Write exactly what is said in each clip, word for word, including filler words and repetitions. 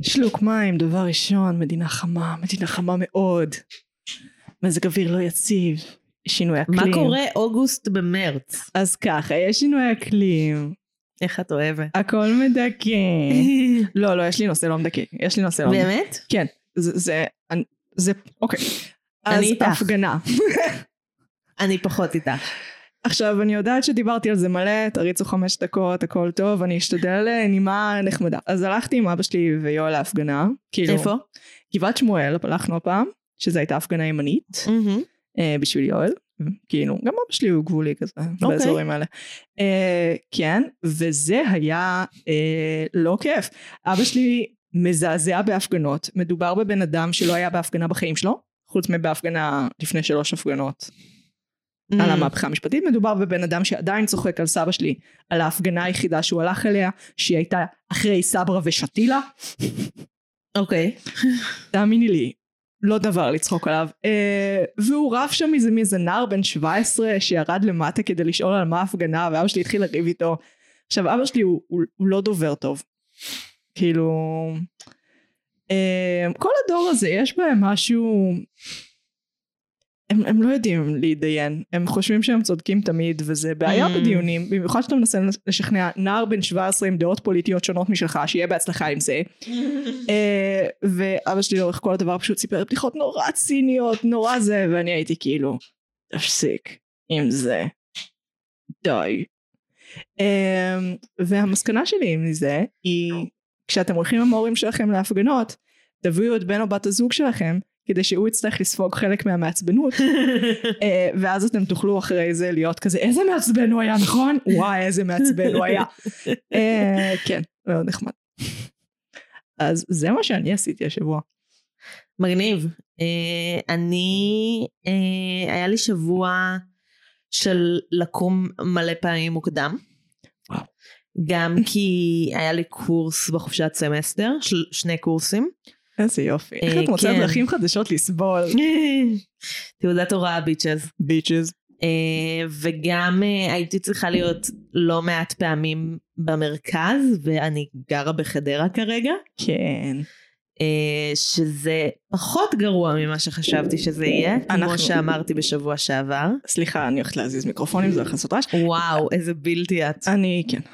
שלוק מים, דבר ראשון, מדינה חמה, מדינה חמה מאוד. מזג אוויר לא יציב, שינוי אקלים. מה קורה אוגוסט במרץ? אז ככה, יש שינוי אקלים. איך את אוהבת? הכל מדכא. לא, לא, יש לי נושא לא מדכא. יש לי נושא לא מדכא. באמת? כן, זה, זה, זה, אוקיי. אז הפגנה. אני פחות איתך. עכשיו, אני יודעת שדיברתי על זה מלא, תריצו חמש דקות, הכל טוב, אני אשתדל נימה נחמדה. אז הלכתי עם אבא שלי ויואל להפגנה. כאילו, איפה? גבעת שמואל, הלכנו הפעם, שזו הייתה הפגנה ימנית, Mm-hmm. אה, בשביל יואל. כאילו, גם אבא שלי הוא גבולי כזה, okay. באזורים האלה. אה, כן, וזה היה אה, לא כיף. אבא שלי מזעזע בהפגנות. מדובר בבן אדם שלא היה בהפגנה בחיים שלו, חוץ מבהפגנה לפני שלוש הפגנות. Mm. על המהפכה המשפטית. מדובר בבן אדם שעדיין צוחק על סבא שלי, על ההפגנה היחידה שהוא הלך אליה, שהיא הייתה אחרי סברה ושתילה. אוקיי. Okay. תאמיני לי, לא דבר לצחוק עליו. Uh, והוא רב שם מזה מאיזה נער בן שבע עשרה שירד למטה כדי לשאול על מה ההפגנה, ואבא שלי התחיל לריב איתו. עכשיו, אבא שלי הוא, הוא, הוא לא דובר טוב. כאילו, uh, כל הדור הזה יש בהם משהו, הם, הם לא יודעים להידיין. הם חושבים שהם צודקים תמיד, וזה בעיה mm. בדיונים, במיוחד שאתה מנסה לשכנע נער בן שבע עשרה עם דעות פוליטיות שונות משלך, שיהיה בהצלחה עם זה. uh, ואבא שלי לאורך כל הדבר פשוט סיפר בדיחות נורא ציניות, נורא זה, ואני הייתי כאילו, תפסיק עם זה. די. Uh, והמסקנה שלי עם זה, היא, כשאתם הולכים עם ההורים שלכם להפגנות, תביאו את בן או בת הזוג שלכם, כדי שהוא יצטרך לספוג חלק מהמעצבנות, ואז אתם תוכלו אחרי זה להיות כזה, איזה מעצבן הוא היה, נכון? וואי, איזה מעצבן הוא היה. כן, מאוד נחמד. אז זה מה שאני עשיתי השבוע. מגניב. אני, היה לי שבוע של לקום מלא פעמים מוקדם, גם כי היה לי קורס בחופשת סמסטר, שני קורסים, איזה יופי. איך את מוצאת דרכים חדשות לסבול? תעודת הוראה ביצ'ז. ביצ'ז. וגם הייתי צריכה להיות לא מעט פעמים במרכז, ואני גרה בחדרה כרגע. כן. שזה פחות גרוע ממה שחשבתי שזה יהיה, כמו שאמרתי בשבוע שעבר. סליחה, אני הולכת להזיז מיקרופונים, זה הולך לעשות רעש. וואו, איזה בלתי את. אני, כן.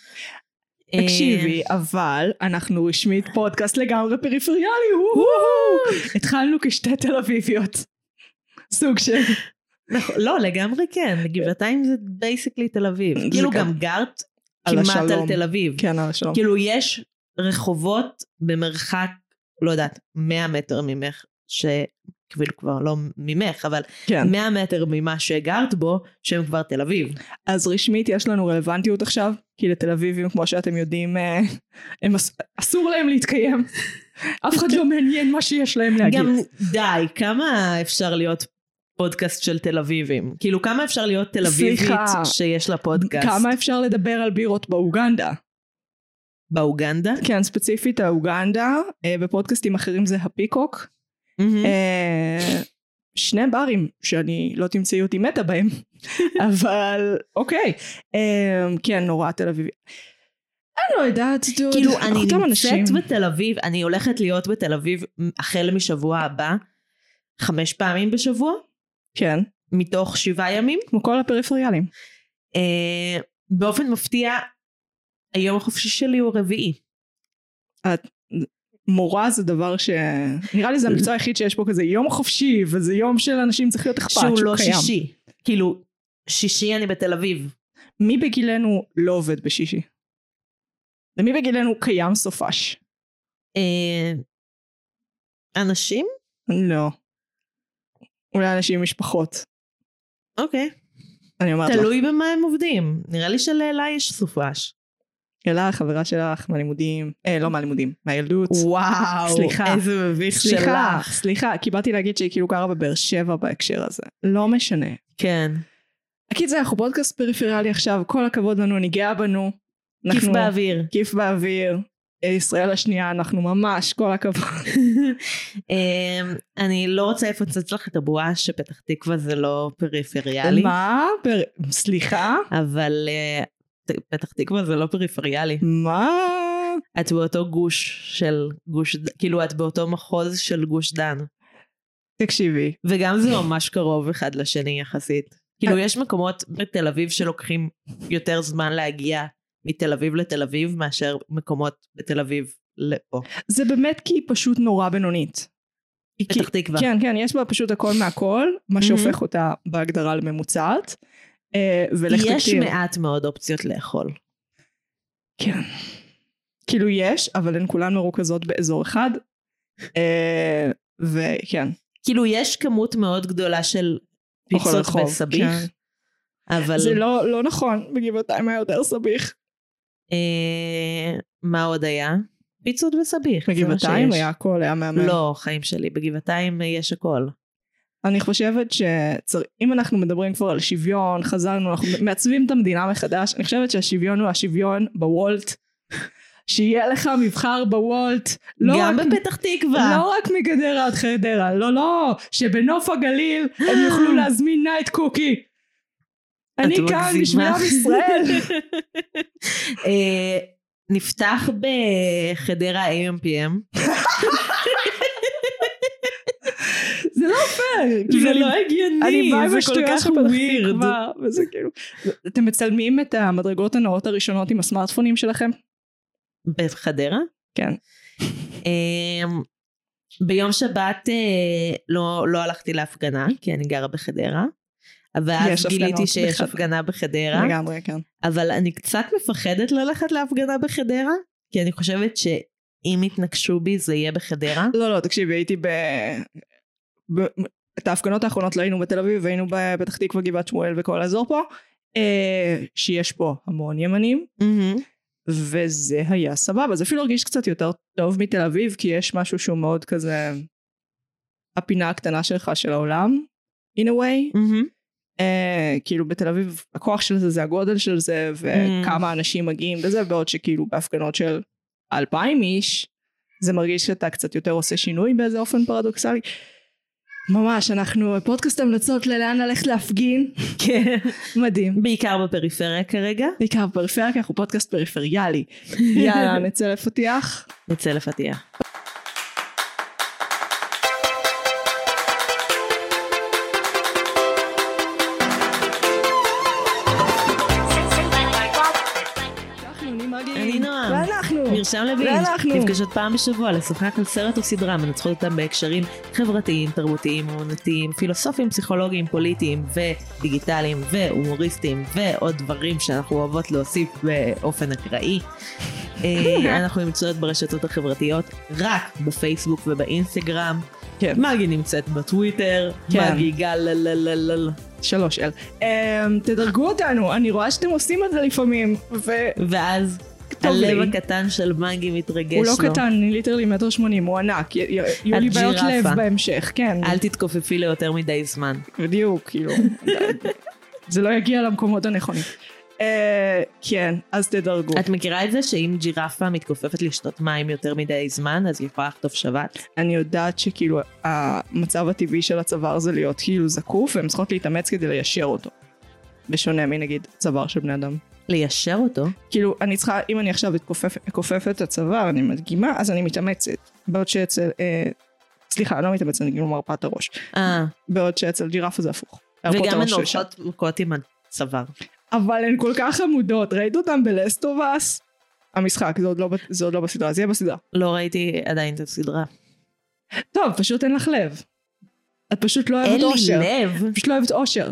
תקשיבי, אבל אנחנו רשמית פודקאסט לגמרי פריפריאלי, התחלנו כשתי תל אביביות, סוג של... לא, לגמרי כן, גבעתיים זה בייסיקלי תל אביב, כאילו גם גרת כמעט על תל אביב, כן, על השלום, כאילו יש רחובות במרחק, לא יודעת, מאה מטר ממך, שכביל כבר לא ממך, אבל מאה מטר ממה שגרת בו, שהם כבר תל אביב. אז רשמית יש לנו רלוונטיות עכשיו, כי לתל אביבים, כמו שאתם יודעים, הם אסור להם להתקיים. אף אחד לא מעניין מה שיש להם להגיד. גם די, כמה אפשר להיות פודקאסט של תל אביבים? כאילו, כמה אפשר להיות תל אביבית שיש לה פודקאסט? כמה אפשר לדבר על בירות באוגנדה? באוגנדה? כן, ספציפית האוגנדה, בפודקאסטים אחרים זה הפיקוק. שני ברים שאני לא תמצאי אותי מתה בהם, אבל אוקיי, כן, נורא תל אביב. אני לא יודעת, כאילו אני נמצאת בתל אביב, אני הולכת להיות בתל אביב החל משבוע הבא, חמש פעמים בשבוע, כן, מתוך שבעה ימים, כמו כל הפריפריאלים. באופן מפתיע, היום החופשי שלי הוא רביעי. מורה זה דבר ש... נראה לי זה המקצוע היחיד שיש פה כזה יום חופשי, וזה יום של אנשים צריך להיות אכפת שהוא קיים. שהוא לא שישי. כאילו, שישי אני בתל אביב. מי בגילנו לא עובד בשישי? ומי בגילנו קיים סופש? אנשים? לא. אולי אנשים עם משפחות. אוקיי. אני אומרת לך. תלוי במה הם עובדים. נראה לי שלאלה יש סופש. אלה, חברה שלך מהלימודים, אה, לא מהלימודים, מהילדות. וואו, סליחה, איזה מביך סליחה, שלך. סליחה, כי באתי להגיד שהיא כאילו גרה בבאר שבע בהקשר הזה. לא משנה. כן. אקיד זה, אנחנו פודקאסט פריפריאלי עכשיו, כל הכבוד לנו, אני גאה בנו. כיף באוויר. כיף באוויר. ישראל השנייה, אנחנו ממש, כל הכבוד. אני לא רוצה לפוצץ לך את הבועה שפתח תקווה זה לא פריפריאלי. מה? סליחה? אבל... פתח תקווה זה לא פריפריאלי. מה? את באותו גוש של גוש, כאילו את באותו מחוז של גוש דן. תקשיבי. וגם זה ממש קרוב אחד לשני יחסית. כאילו יש מקומות בתל אביב שלוקחים יותר זמן להגיע מתל אביב לתל אביב, מאשר מקומות בתל אביב לפה. זה באמת כי היא פשוט נורא בינונית. פתח תקווה. כן, כן, יש בה פשוט הכל מהכל, מה שהופך אותה בהגדרה לממוצעת. יש מעט מאוד אופציות לאכול. כן. כאילו יש, אבל הן כולן מרוכזות באזור אחד. וכן. כאילו יש כמות מאוד גדולה של פיצות וסביך. אבל... זה לא, לא נכון, בגבעתיים היה יותר סביך. מה עוד היה? פיצות וסביך. בגבעתיים היה הכל, היה מהמם. לא, חיים שלי, בגבעתיים יש הכל. אני חושבת שאם אנחנו מדברים כבר על שוויון, חזרנו, אנחנו מעצבים את המדינה מחדש, אני חושבת שהשוויון הוא השוויון בוולט, שיהיה לך מבחר בוולט, גם בפתח תקווה. לא רק מגדרה עד חדרה, לא, לא, שבנוף הגליל הם יוכלו להזמין נייט קוקי. אני כאן בשביל עם ישראל. נפתח בחדרה איי אם פי אם. זה לא פייר. זה לא הגיוני. זה כל כך ווירד. אתם מצלמים את המדרגות הנאות הראשונות עם הסמארטפונים שלכם? בחדרה? כן. ביום שבת לא הלכתי להפגנה, כי אני גרה בחדרה. אבל אז גיליתי שיש הפגנה בחדרה. לגמרי, כן. אבל אני קצת מפחדת ללכת להפגנה בחדרה, כי אני חושבת שאם יתנקשו בי זה יהיה בחדרה. לא, לא, תקשיבי, הייתי ב... את ההפגנות האחרונות לא היינו בתל אביב, והיינו בפתח תקווה, גבעת שמואל וכל האזור פה, שיש פה המון ימנים, וזה היה סבבה. זה אפילו הרגיש קצת יותר טוב מתל אביב, כי יש משהו שהוא מאוד כזה, הפינה הקטנה שלך של העולם, in a way. Uh, כאילו בתל אביב הכוח של זה זה הגודל של זה וכמה mm. אנשים מגיעים בזה, בעוד שכאילו בהפגנות של אלפיים איש זה מרגיש שאתה קצת יותר עושה שינוי באיזה אופן פרדוקסלי. ממש, אנחנו פודקאסט המלצות ללאן ללכת להפגין. כן. מדהים. בעיקר בפריפריה כרגע. בעיקר בפריפריה, כי אנחנו פודקאסט פריפריאלי. יאללה, נצא לפתיח. נצא לפתיח. מרשם לוין, נפגשות פעם בשבוע לשוחח על סרט או סדרה, מנצחות אותם בהקשרים חברתיים, תרבותיים, אומנותיים, פילוסופיים, פסיכולוגיים, פוליטיים ודיגיטליים והומוריסטיים ועוד דברים שאנחנו אוהבות להוסיף באופן אקראי. אנחנו נמצאות ברשתות החברתיות רק בפייסבוק ובאינסטגרם. מגי נמצאת בטוויטר, מגי גל שלוש אל. תדרגו אותנו, אני רואה שאתם עושים את זה לפעמים. ואז הלב הקטן של מגי מתרגש לו. הוא לא קטן, אני ליטרלי מטר שמונים, הוא ענק, יהיו לי בעיות לב בהמשך, כן. אל תתכופפי לי יותר מדי זמן. בדיוק, כאילו, זה לא יגיע למקומות הנכונים. כן, אז תדרגו. את מכירה את זה שאם ג'ירפה מתכופפת לשתות מים יותר מדי זמן, אז היא יכולה לחטוף שבת? אני יודעת שכאילו המצב הטבעי של הצוואר זה להיות כאילו זקוף, והן צריכות להתאמץ כדי ליישר אותו. בשונה מנגיד צוואר של בני אדם. ליישר אותו? כאילו, אני צריכה, אם אני עכשיו אתכופף את הצוואר, אני מדגימה, אז אני מתאמצת. בעוד שאצל, אה, סליחה, אני לא מתאמצת, אני כאילו מרפאה את הראש. אה. בעוד שאצל ג'ירפה זה הפוך. וגם הן הולכות מכות עם הצוואר. אבל הן כל כך עמודות, ראית אותן בלסטובס? המשחק, זה עוד לא, זה עוד לא בסדרה, זה יהיה בסדרה. לא ראיתי עדיין את הסדרה. טוב, פשוט אין לך לב. את פשוט לא אוהבת אושר. אין לי לב. פשוט לא אוהבת אושר.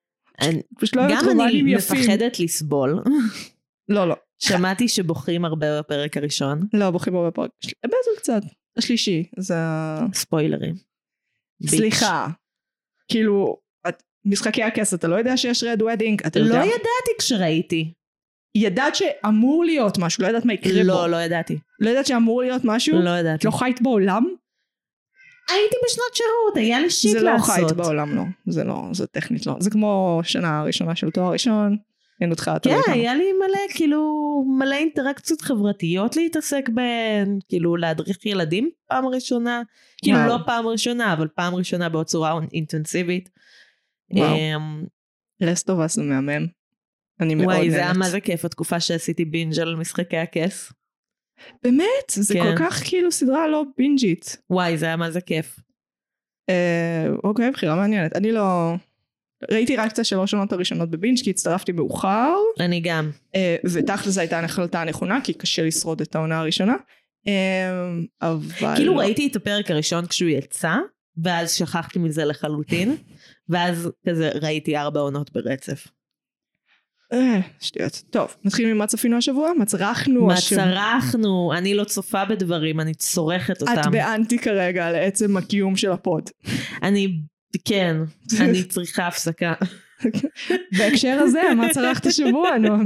גם אני מפחדת לסבול. לא, לא. שמעתי שבוחרים הרבה בפרק הראשון. לא, בוחרים הרבה בפרק. באיזה קצת. השלישי. זה... ספוילרים. סליחה. כאילו, משחקי הכס, אתה לא יודע שיש רד וודינג? לא ידעתי כשראיתי. ידעת שאמור להיות משהו, לא ידעת מה יקרה בו. לא, לא ידעתי. לא ידעת שאמור להיות משהו? לא ידעתי. את לא חיית בעולם? הייתי בשנות שירות, היה לי שיט לעשות. זה לא חיית בעולם, לא. זה לא, זה טכנית לא. זה כמו שנה ראשונה של תואר ראשון, אין אותך, אתה לא כן, היה לי מלא, כאילו, מלא אינטראקציות חברתיות להתעסק בהן, כאילו, להדריך ילדים פעם ראשונה, כאילו, לא פעם ראשונה, אבל פעם ראשונה בצורה אינטנסיבית. וואו. לסטובס זה מהמם. אני מאוד נהנית. וואי, זה היה מה זה כיף, התקופה שעשיתי בינג' על משחקי הכס. באמת? זה כן. כל כך כאילו סדרה לא בינג'ית. וואי, זה היה מה זה כיף. אה, אוקיי, בחירה מעניינת. אני לא... ראיתי רק את השלוש עונות הראשונות בבינג' כי הצטרפתי מאוחר. אני גם. אה, ותכל'ס הייתה ההחלטה הנכונה, כי קשה לשרוד את העונה הראשונה. אה, אבל... כאילו ראיתי את הפרק הראשון כשהוא יצא, ואז שכחתי מזה לחלוטין, ואז כזה ראיתי ארבע עונות ברצף. אה, שטויות. טוב, נתחיל ממה צפינו השבוע? מה צרכנו מה השבוע? צרכנו? אני לא צופה בדברים, אני צורכת אותם. את באנטי כרגע על עצם הקיום של הפוד. אני, כן, אני צריכה הפסקה. בהקשר הזה, מה צרכת השבוע, נועם?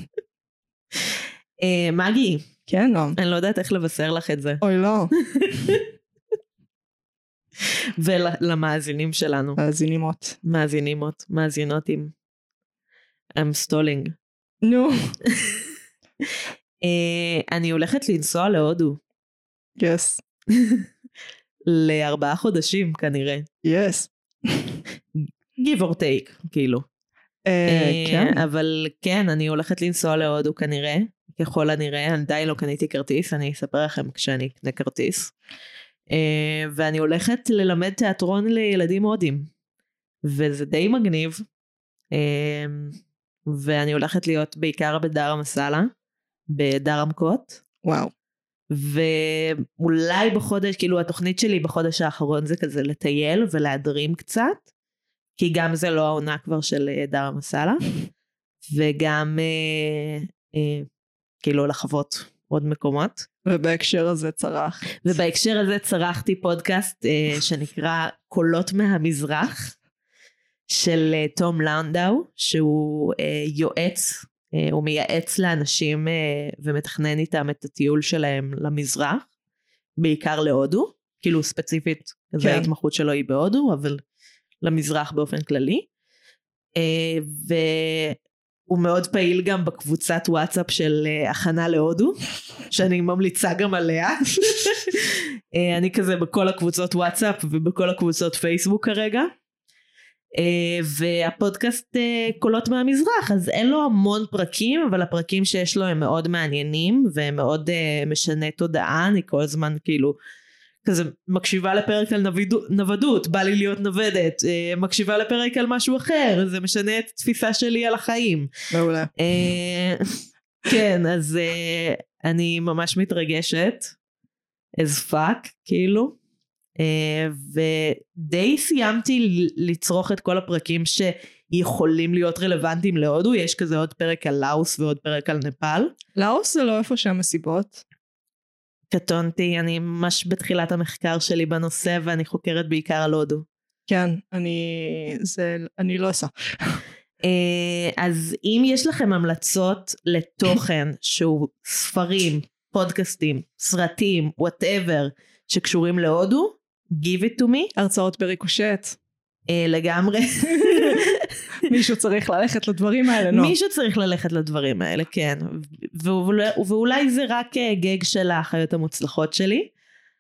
אה, מגי. כן, נועם. אני לא יודעת איך לבשר לך את זה. אוי, לא. ולמאזינים שלנו. מאזינימות. מאזינימות, מאזינותים. I'm stalling. נו. אני הולכת לנסוע להודו. Yes. לארבעה חודשים כנראה. Yes. give or take, כאילו. כן. אבל כן, אני הולכת לנסוע להודו כנראה, ככל הנראה, אני די לא קניתי כרטיס, אני אספר לכם כשאני אקנה כרטיס. ואני הולכת ללמד תיאטרון לילדים הודים. וזה די מגניב. ואני הולכת להיות בעיקר בדר המסאלה, בדר המקות. וואו. ואולי בחודש, כאילו התוכנית שלי בחודש האחרון זה כזה לטייל ולהדרים קצת, כי גם זה לא העונה כבר של דר המסאלה, וגם אה, אה, כאילו לחוות עוד מקומות. ובהקשר הזה צרח. ובהקשר הזה צרחתי פודקאסט אה, שנקרא קולות מהמזרח, של תום לנדאו, שהוא אה, יועץ, אה, הוא מייעץ לאנשים אה, ומתכנן איתם את הטיול שלהם למזרח, בעיקר להודו, כאילו ספציפית, כן. זה ההתמחות שלו היא בהודו, אבל למזרח באופן כללי, אה, והוא מאוד פעיל גם בקבוצת וואטסאפ של אה, הכנה להודו, שאני ממליצה גם עליה, אה, אני כזה בכל הקבוצות וואטסאפ ובכל הקבוצות פייסבוק כרגע, Uh, והפודקאסט uh, קולות מהמזרח, אז אין לו המון פרקים, אבל הפרקים שיש לו הם מאוד מעניינים והם מאוד uh, משנה תודעה. אני כל הזמן כאילו כזה מקשיבה לפרק על נבדות, נוודות, בא לי להיות נוודת, uh, מקשיבה לפרק על משהו אחר, זה משנה את התפיסה שלי על החיים. מעולה. uh, כן, אז uh, אני ממש מתרגשת as fuck כאילו. Uh, ודי סיימתי לצרוך את כל הפרקים שיכולים להיות רלוונטיים להודו. יש כזה עוד פרק על לאוס ועוד פרק על נפאל. לאוס זה לא איפה שהמסיבות? קטונתי, אני ממש בתחילת המחקר שלי בנושא ואני חוקרת בעיקר על הודו. כן, אני, זה, אני לא עושה. uh, אז אם יש לכם המלצות לתוכן שהוא ספרים, פודקאסטים, סרטים, whatever שקשורים להודו, give it to me. הרצאות בריקושט. אה, לגמרי. מישהו צריך ללכת לדברים האלה, לא? מישהו צריך ללכת לדברים האלה, כן. ואולי, ואולי זה רק גג של האחיות המוצלחות שלי.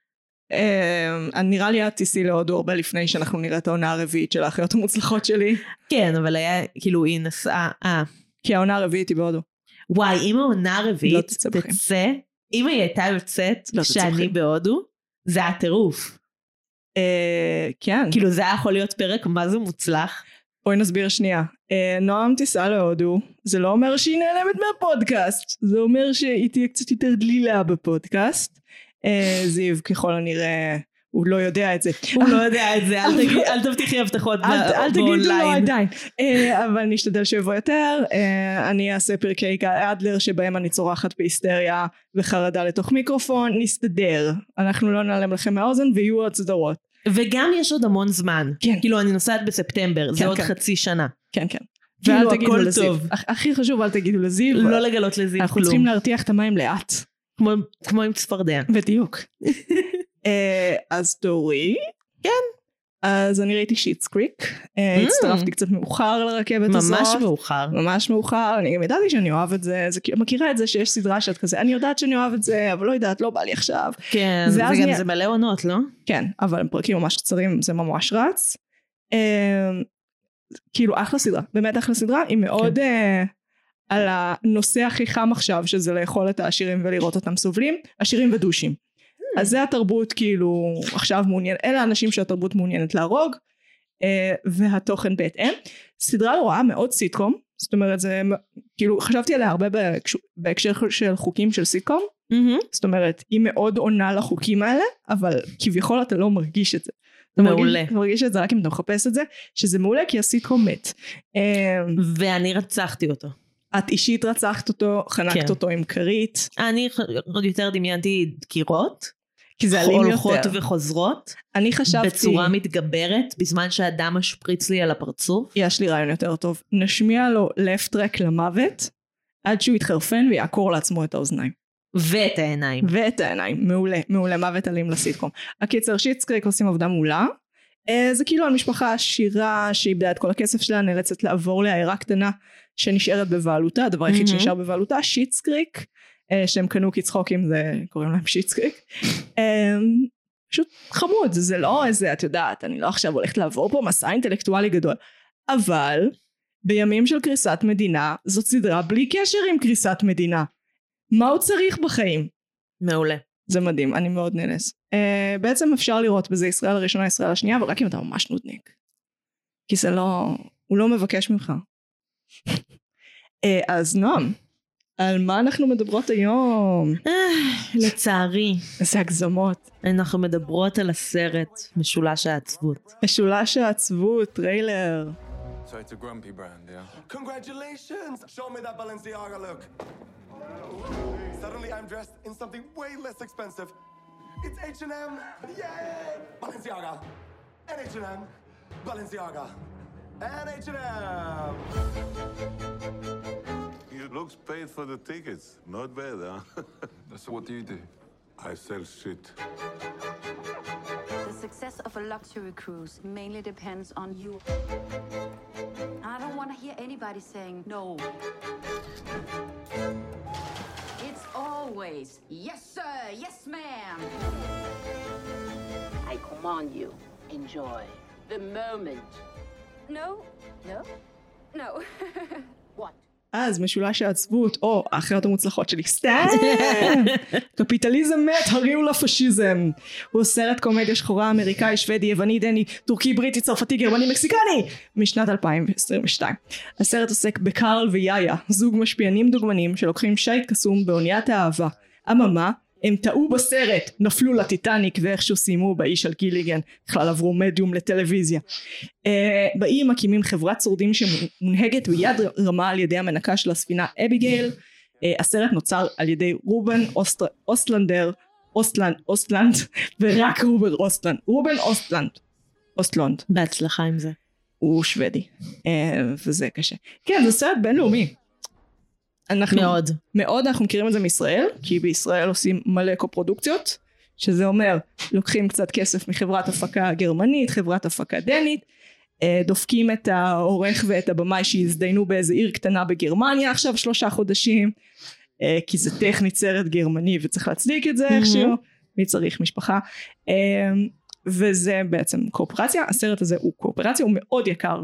אה, נראה לי את תיסי להודו הרבה לפני שאנחנו נראה את העונה הרביעית של האחיות המוצלחות שלי. כן, אבל היה, כאילו, היא נסעה, אה. כי העונה הרביעית היא בהודו. וואי, אם העונה הרביעית לא תצא, אם היא הייתה יוצאת לא שאני בהודו, זה היה טירוף. Uh, כן. כאילו זה היה יכול להיות פרק מה זה מוצלח. בואי נסביר שנייה. Uh, נועם תיסע להודו, זה לא אומר שהיא נעלמת מהפודקאסט, זה אומר שהיא תהיה קצת יותר דלילה בפודקאסט. uh, זיו ככל הנראה הוא לא יודע את זה. הוא לא יודע את זה, אל, תגיד, אל תבטיחי הבטחות באונליין. אל תגידו לו עדיין. uh, אבל נשתדל שבו יותר. uh, אני אעשה פרקי אדלר שבהם אני צורחת בהיסטריה וחרדה לתוך מיקרופון, נסתדר. אנחנו לא נעלם לכם מהאוזן ויהיו עוד סדרות. וגם יש עוד המון זמן. כן. כאילו אני נוסעת בספטמבר, זה כן, עוד כן. חצי שנה. כן, כן. כאילו הכל טוב. הכי חשוב, אל תגידו לזיו. לא לגלות לזיו כלום. אנחנו צריכים להרתיח את המים לאט. כמו, כמו עם צפרדע. בדיוק. אז תורי. כן. אז אני ראיתי שיטס קריק. הצטרפתי קצת מאוחר לרכבת הזאת. ממש מאוחר. ממש מאוחר. אני גם ידעתי שאני אוהב את זה. מכירה את זה שיש סדרה שאת כזה, אני יודעת שאני אוהב את זה, אבל לא יודעת, לא בא לי עכשיו. כן, זה גם זה מלא עונות, לא? כן, אבל הם פרקים ממש קצרים, זה ממש רץ. כאילו אחלה סדרה, באמת אחלה סדרה. היא מאוד... על הנושא הכי חם עכשיו, שזה לאכול את העשירים ולראות אותם סובלים, עשירים ודושים. Mm. אז זה התרבות כאילו עכשיו מעוניינת, אלה האנשים שהתרבות מעוניינת להרוג, והתוכן בהתאם. סדרה לא רואה מאוד סיטקום, זאת אומרת זה כאילו חשבתי עליה הרבה בהקשר של חוקים של סיטקום, mm-hmm. זאת אומרת היא מאוד עונה לחוקים האלה, אבל כביכול אתה לא מרגיש את זה. מעולה. אתה מרגיש את זה רק אם אתה מחפש את זה, שזה מעולה כי הסיטקום מת. ואני רצחתי אותו. את אישית רצחת אותו, חנקת כן. אותו עם קרית. אני עוד יותר דמיינתי דקירות. כי זה אלים יותר. הולכות וחוזרות. אני חשבתי. בצורה מתגברת, בזמן שהאדם משפריץ לי על הפרצוף. יש לי רעיון יותר טוב. נשמיע לו left track למוות, עד שהוא יתחרפן ויעקור לעצמו את האוזניים. ואת העיניים. ואת העיניים. מעולה, מעולה, מוות אלים לסיטקום. הקיצר שיטס קריק עושים עבודה מעולה. זה כאילו על משפחה עשירה שאיבדה את כל הכסף שלה, נאלצת לעבור לעיירה קטנה שנשארת בבעלותה, הדבר היחיד שנשאר בבעלותה, שיטס קריק. שהם קנו כצחוקים, זה קוראים להם שיטסקריק. פשוט חמוד, זה לא איזה, את יודעת, אני לא עכשיו הולכת לעבור פה מסע אינטלקטואלי גדול, אבל בימים של קריסת מדינה, זאת סדרה בלי קשר עם קריסת מדינה. מה הוא צריך בחיים? מעולה. זה מדהים, אני מאוד נהנס. בעצם אפשר לראות בזה ישראל הראשונה, ישראל השנייה, אבל רק אם אתה ממש נודניק. כי זה לא, הוא לא מבקש ממך. אז נועם, על מה אנחנו מדברות היום? לצערי. איזה הגזמות. אנחנו מדברות על הסרט משולש העצבות. משולש העצבות, טריילר. So it's a grumpy brand, yeah? Congratulations! Show me that Balenciaga look. Suddenly I'm dressed in something way less expensive. It's H and M. Yay! Balenciaga. And H and M. Balenciaga. And H and M. It looks paid for the tickets. Not bad, huh? So what do you do? I sell shit. The success of a luxury cruise mainly depends on you. I don't want to hear anybody saying no. It's always, yes sir, yes ma'am. I command you, enjoy the moment. No, no, no. What? אז משולש העצבות, או האחיות המוצלחות שלי, סתם! קפיטליזם מת, הריעו לפשיזם. הוא סרט קומדיה שחורה, אמריקאי, שוודי, יווני, דני, טורקי, בריטי, צרפתי, גרמני, מקסיקני, משנת אלפיים עשרים ושתיים. הסרט עוסק בקרל ויאיה, זוג משפיענים דוגמנים שלוקחים שייט קסום באוניית האהבה. אממה, הם טעו בסרט, נפלו לטיטניק ואיכשהו סיימו באיש על גיליגן, בכלל עברו מדיום לטלוויזיה. Uh, באי מקימים חברת שורדים שמונהגת ביד רמה על ידי המנקה של הספינה אביגייל. Uh, הסרט נוצר על ידי רובן אוסט... אוסטלנדר, אוסטלנד, אוסטלנד, ורק רובן אוסטלנד, רובן אוסטלנד, אוסטלנד. בהצלחה עם זה. הוא שוודי, uh, וזה קשה. כן, זה סרט בינלאומי. אנחנו, מאוד. מאוד אנחנו מכירים את זה מישראל, כי בישראל עושים מלא קופרודוקציות, שזה אומר, לוקחים קצת כסף מחברת הפקה גרמנית, חברת הפקה דנית, דופקים את העורך ואת הבמאי שהזדיינו באיזה עיר קטנה בגרמניה עכשיו שלושה חודשים, כי זה טכנית סרט גרמני וצריך להצדיק את זה איכשהו, מי צריך משפחה, וזה בעצם קואופרציה. הסרט הזה הוא קואופרציה, הוא מאוד יקר,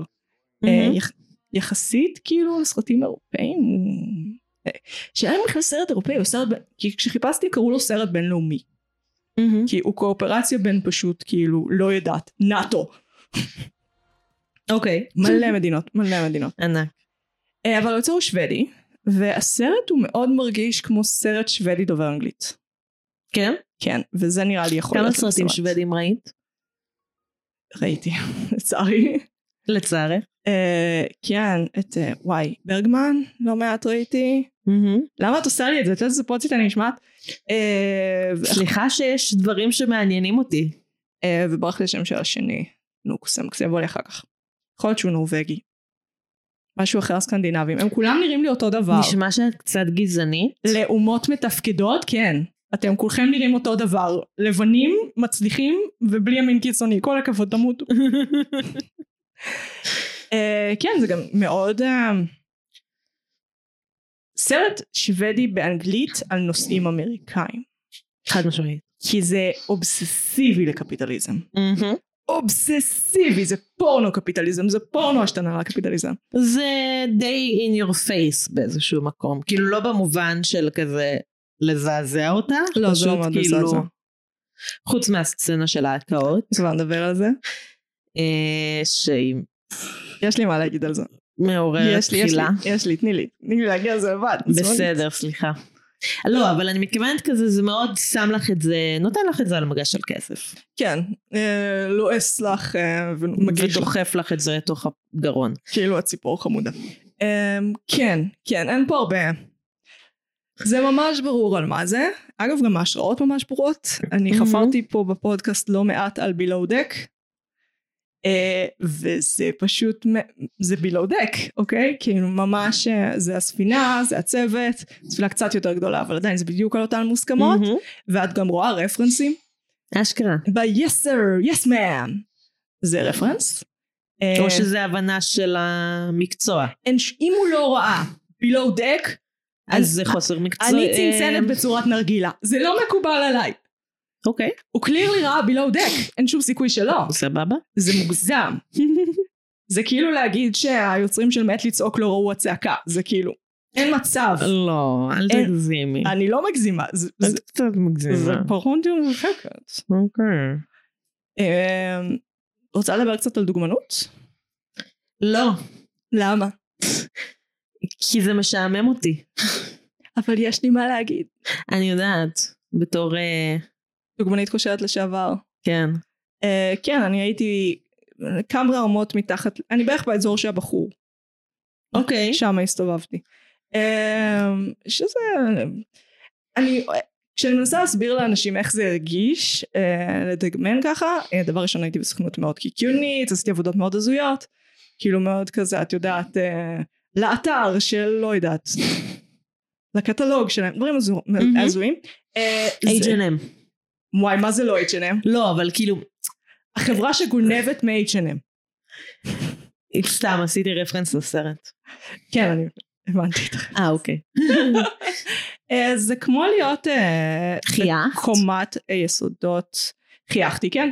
יחסית כאילו לסרטים אירופאים, שאלה אם בכלל סרט אירופאי או סרט, כי כשחיפשתי קראו לו סרט בינלאומי, כי הוא קואופרציה בין פשוט כאילו לא יודעת, נאטו. אוקיי. מלא מדינות, מלא מדינות. ענק. אבל היוצר הוא שוודי, והסרט הוא מאוד מרגיש כמו סרט שוודי דובר אנגלית. כן? כן, וזה נראה לי יכול להיות. כמה סרטים שוודים ראית? ראיתי, לצערי. לצערי. כן, את וואי, ברגמן, לא מעט ראיתי. למה את עושה לי את זה? את יודעת איזה פרוצית אני נשמעת? סליחה שיש דברים שמעניינים אותי. וברח לי שם של השני. נו, קוסם, קוסם, יבוא לי אחר כך. יכול להיות שהוא נורווגי. משהו אחר סקנדינבים. הם כולם נראים לי אותו דבר. נשמע שאת קצת גזענית. לאומות מתפקדות, כן. אתם כולכם נראים אותו דבר. לבנים, מצליחים, ובלי ימין קיצוני. כל הכבוד, תמותו. כן, זה גם מאוד סרט שוודי באנגלית על נושאים אמריקאים. חד משמעית. כי זה אובססיבי לקפיטליזם. אובססיבי, זה פורנו קפיטליזם, זה פורנו השתנה לקפיטליזם. זה די in your face באיזשהו מקום, כאילו לא במובן של כזה לזעזע אותה, לא, זה לא מאוד כאילו, לזעזע. חוץ מהסצנה של ההקאות. כבר נדבר על זה. אה, שהיא יש לי מה להגיד על זה. מעוררת יש לי, יש לי, תחילה. יש לי, תני לי, תני לי להגיע על זה לבד. בסדר, סליחה. לא, אבל אני מתכוונת כזה, זה מאוד שם לך את זה, נותן לך את זה על מגש של כסף. כן, אה, לועס לך אה, ומגיש לך. ודוחף לך את זה לתוך הגרון. כאילו הציפור חמודה. אה, כן, כן, אין פה הרבה. זה ממש ברור על מה זה. אגב, גם ההשראות ממש ברורות. אני חפרתי פה בפודקאסט לא מעט על below deck. Uh, וזה פשוט, זה below deck, אוקיי? כאילו ממש, זה הספינה, זה הצוות, ספינה קצת יותר גדולה, אבל עדיין זה בדיוק על אותן מוסכמות, ואת גם רואה רפרנסים. אשכרה. ב-yes sir, yes ma'am. זה רפרנס. או שזה הבנה של המקצוע. אם הוא לא ראה below deck, אז זה חוסר מקצוע. אני צנצנת בצורת נרגילה. זה לא מקובל עליי. אוקיי. הוא קלירלי ראה below deck, אין שום סיכוי שלא. סבבה. זה מוגזם. זה כאילו להגיד שהיוצרים של מת לצעוק לא ראו הצעקה. זה כאילו, אין מצב. לא, אל תגזימי. אני לא מגזימה. זה קצת מגזימה. זה פחות מובהקת. אוקיי. רוצה לדבר קצת על דוגמנות? לא. למה? כי זה משעמם אותי. אבל יש לי מה להגיד. אני יודעת, בתור... דוגמנית כושלת לשעבר. כן. Uh, כן, אני הייתי כמה רמות מתחת, אני בערך באזור שהבחור. אוקיי. Okay. שם הסתובבתי. Uh, שזה, אני, כשאני מנסה להסביר לאנשים איך זה הרגיש, uh, לדגמן ככה, uh, דבר ראשון הייתי בסוכנות מאוד קיקיונית, עשיתי עבודות מאוד הזויות, כאילו מאוד כזה, את יודעת, uh, לאתר של לא יודעת, לקטלוג שלהם, דברים הזויים. אייץ' אנד אם. וואי, מה זה לא אייץ' אנד אם? לא, אבל כאילו... החברה שגונבת מ-אייץ' אנד אם. סתם, עשיתי רפרנס לסרט. כן, אני הבנתי את זה. אה, אוקיי. זה כמו להיות... חייכת? קומת היסודות. חייכתי, כן.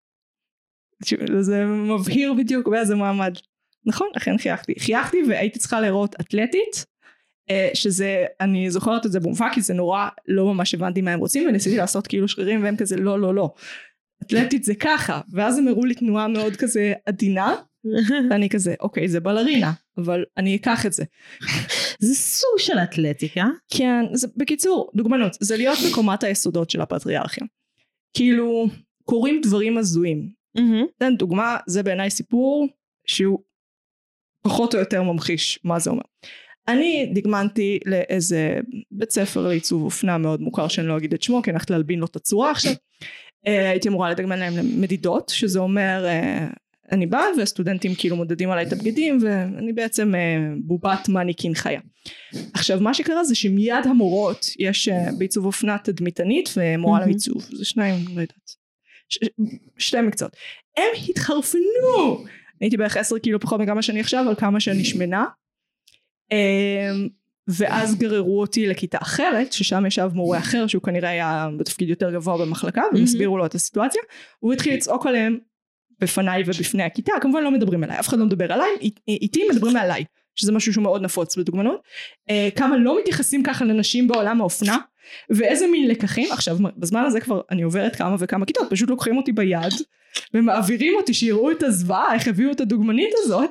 זה מבהיר בדיוק באיזה מעמד. נכון, לכן חייכתי. חייכתי והייתי צריכה לראות אתלטית, שזה, אני זוכרת את זה במובן, כי זה נורא לא ממש הבנתי מה הם רוצים, וניסיתי לעשות כאילו שרירים, והם כזה לא, לא, לא. אתלטית זה ככה, ואז הם הראו לי תנועה מאוד כזה עדינה, ואני כזה, אוקיי, זה בלרינה, אבל אני אקח את זה. זה סוג של אתלטיקה. כן, זה, בקיצור, דוגמנות, זה להיות בקומת היסודות של הפטריארכיה. כאילו, קוראים דברים הזויים. תן דוגמה, זה בעיניי סיפור, שהוא פחות או יותר ממחיש מה זה אומר. אני דגמנתי לאיזה בית ספר לעיצוב אופנה מאוד מוכר שאני לא אגיד את שמו, כי אני הולכת להלבין לו את הצורה עכשיו. הייתי אמורה לדגמן להם למדידות, שזה אומר, אני באה והסטודנטים כאילו מודדים עליי את הבגדים, ואני בעצם בובת מניקין חיה. עכשיו מה שקרה זה שמיד המורות, יש בעיצוב אופנה תדמיתנית ומורה לעיצוב, זה שניים, לא יודעת, שתי מקצועות. הם התחרפנו! הייתי בערך עשר קילו פחות מכמה שאני עכשיו, על כמה שאני שמנה. ואז גררו אותי לכיתה אחרת, ששם ישב מורה אחר, שהוא כנראה היה בתפקיד יותר גבוה במחלקה, והסבירו לו את הסיטואציה, הוא התחיל לצעוק עליהם בפניי ובפני הכיתה, כמובן לא מדברים עליי, אף אחד לא מדבר עליי, איתי מדברים עליי, שזה משהו שהוא מאוד נפוץ בדוגמנות, כמה לא מתייחסים ככה לנשים בעולם האופנה, ואיזה מין לקחים, עכשיו בזמן הזה כבר אני עוברת כמה וכמה כיתות, פשוט לוקחים אותי ביד, ומעבירים אותי שיראו את הזוועה, איך הביאו את הדוגמנית הזאת.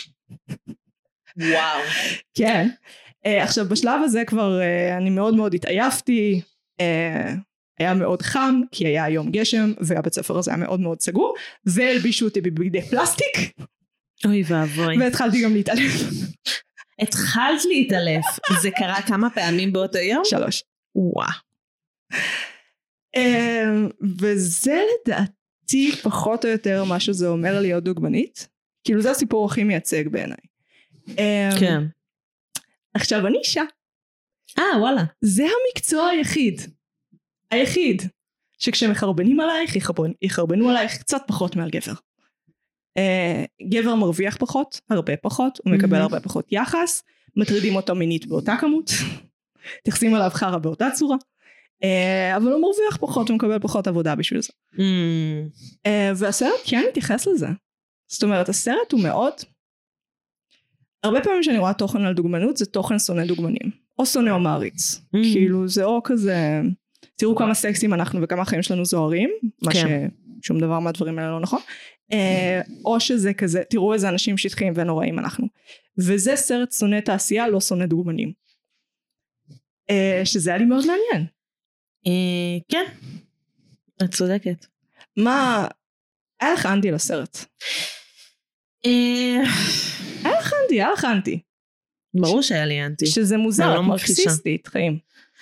וואו. כן. Uh, עכשיו בשלב הזה כבר uh, אני מאוד מאוד התעייפתי, uh, היה מאוד חם, כי היה יום גשם, והבית ספר הזה היה מאוד מאוד סגור, והלבישו אותי בבגדי פלסטיק. אוי ואבוי. והתחלתי גם להתעלף. התחלת להתעלף. זה קרה כמה פעמים באותו יום? שלוש. וואו. Uh, וזה לדעתי פחות או יותר מה שזה אומר להיות דוגמנית. כאילו זה הסיפור הכי מייצג בעיניי. כן. עכשיו אני אישה. אה וואלה. זה המקצוע היחיד. היחיד. שכשמחרבנים עלייך יחרבנו עלייך קצת פחות מעל גבר. גבר מרוויח פחות, הרבה פחות, הוא מקבל הרבה פחות יחס, מטרידים אותו מינית באותה כמות, תייחסים עליו חרה באותה צורה. אבל הוא מרוויח פחות ומקבל פחות עבודה בשביל זה. והסרט כן מתייחס לזה. זאת אומרת, הסרט הוא מאוד... הרבה פעמים שאני רואה תוכן על דוגמנות, זה תוכן שונא דוגמנים. או שונא או מעריץ. כאילו, זה או כזה... תראו כמה סקסים אנחנו וכמה החיים שלנו זוהרים, מה ששום דבר מהדברים האלה לא נכון. או שזה כזה, תראו איזה אנשים שטחיים ונוראים אנחנו. וזה סרט שונא תעשייה, לא שונא דוגמנים. שזה היה לי מאוד מעניין. כן, את צודקת. מה, היה לך אנטי לסרט? היה לך אנטי, היה לך אנטי. ברור שהיה לי אנטי. שזה מוזר, מרקסיסטית, חיים.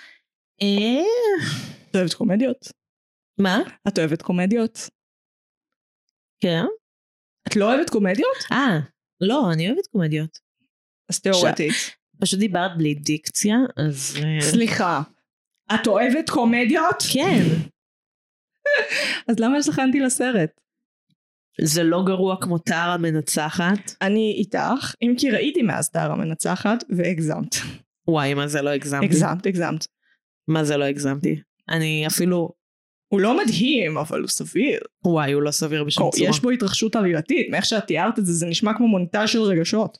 את אוהבת קומדיות? מה? את אוהבת קומדיות? כן. את לא אוהבת קומדיות? אה, לא, אני אוהבת קומדיות. אז תיאורטית. פשוט דיברת בלי דיקציה, אז... סליחה, את אוהבת קומדיות? כן. אז למה יש לך אנטי לסרט? זה לא גרוע כמו טער המנצחת. אני איתך, אם כי ראיתי מאז טער המנצחת, והגזמת. וואי, מה זה לא הגזמתי? הגזמת, הגזמת. מה זה לא הגזמתי? אני אפילו... הוא לא מדהים, אבל הוא סביר. וואי, הוא לא סביר בשום צורה. יש בו התרחשות עלילתית, מאיך שאת תיארת את זה, זה נשמע כמו מונטאז' של רגשות.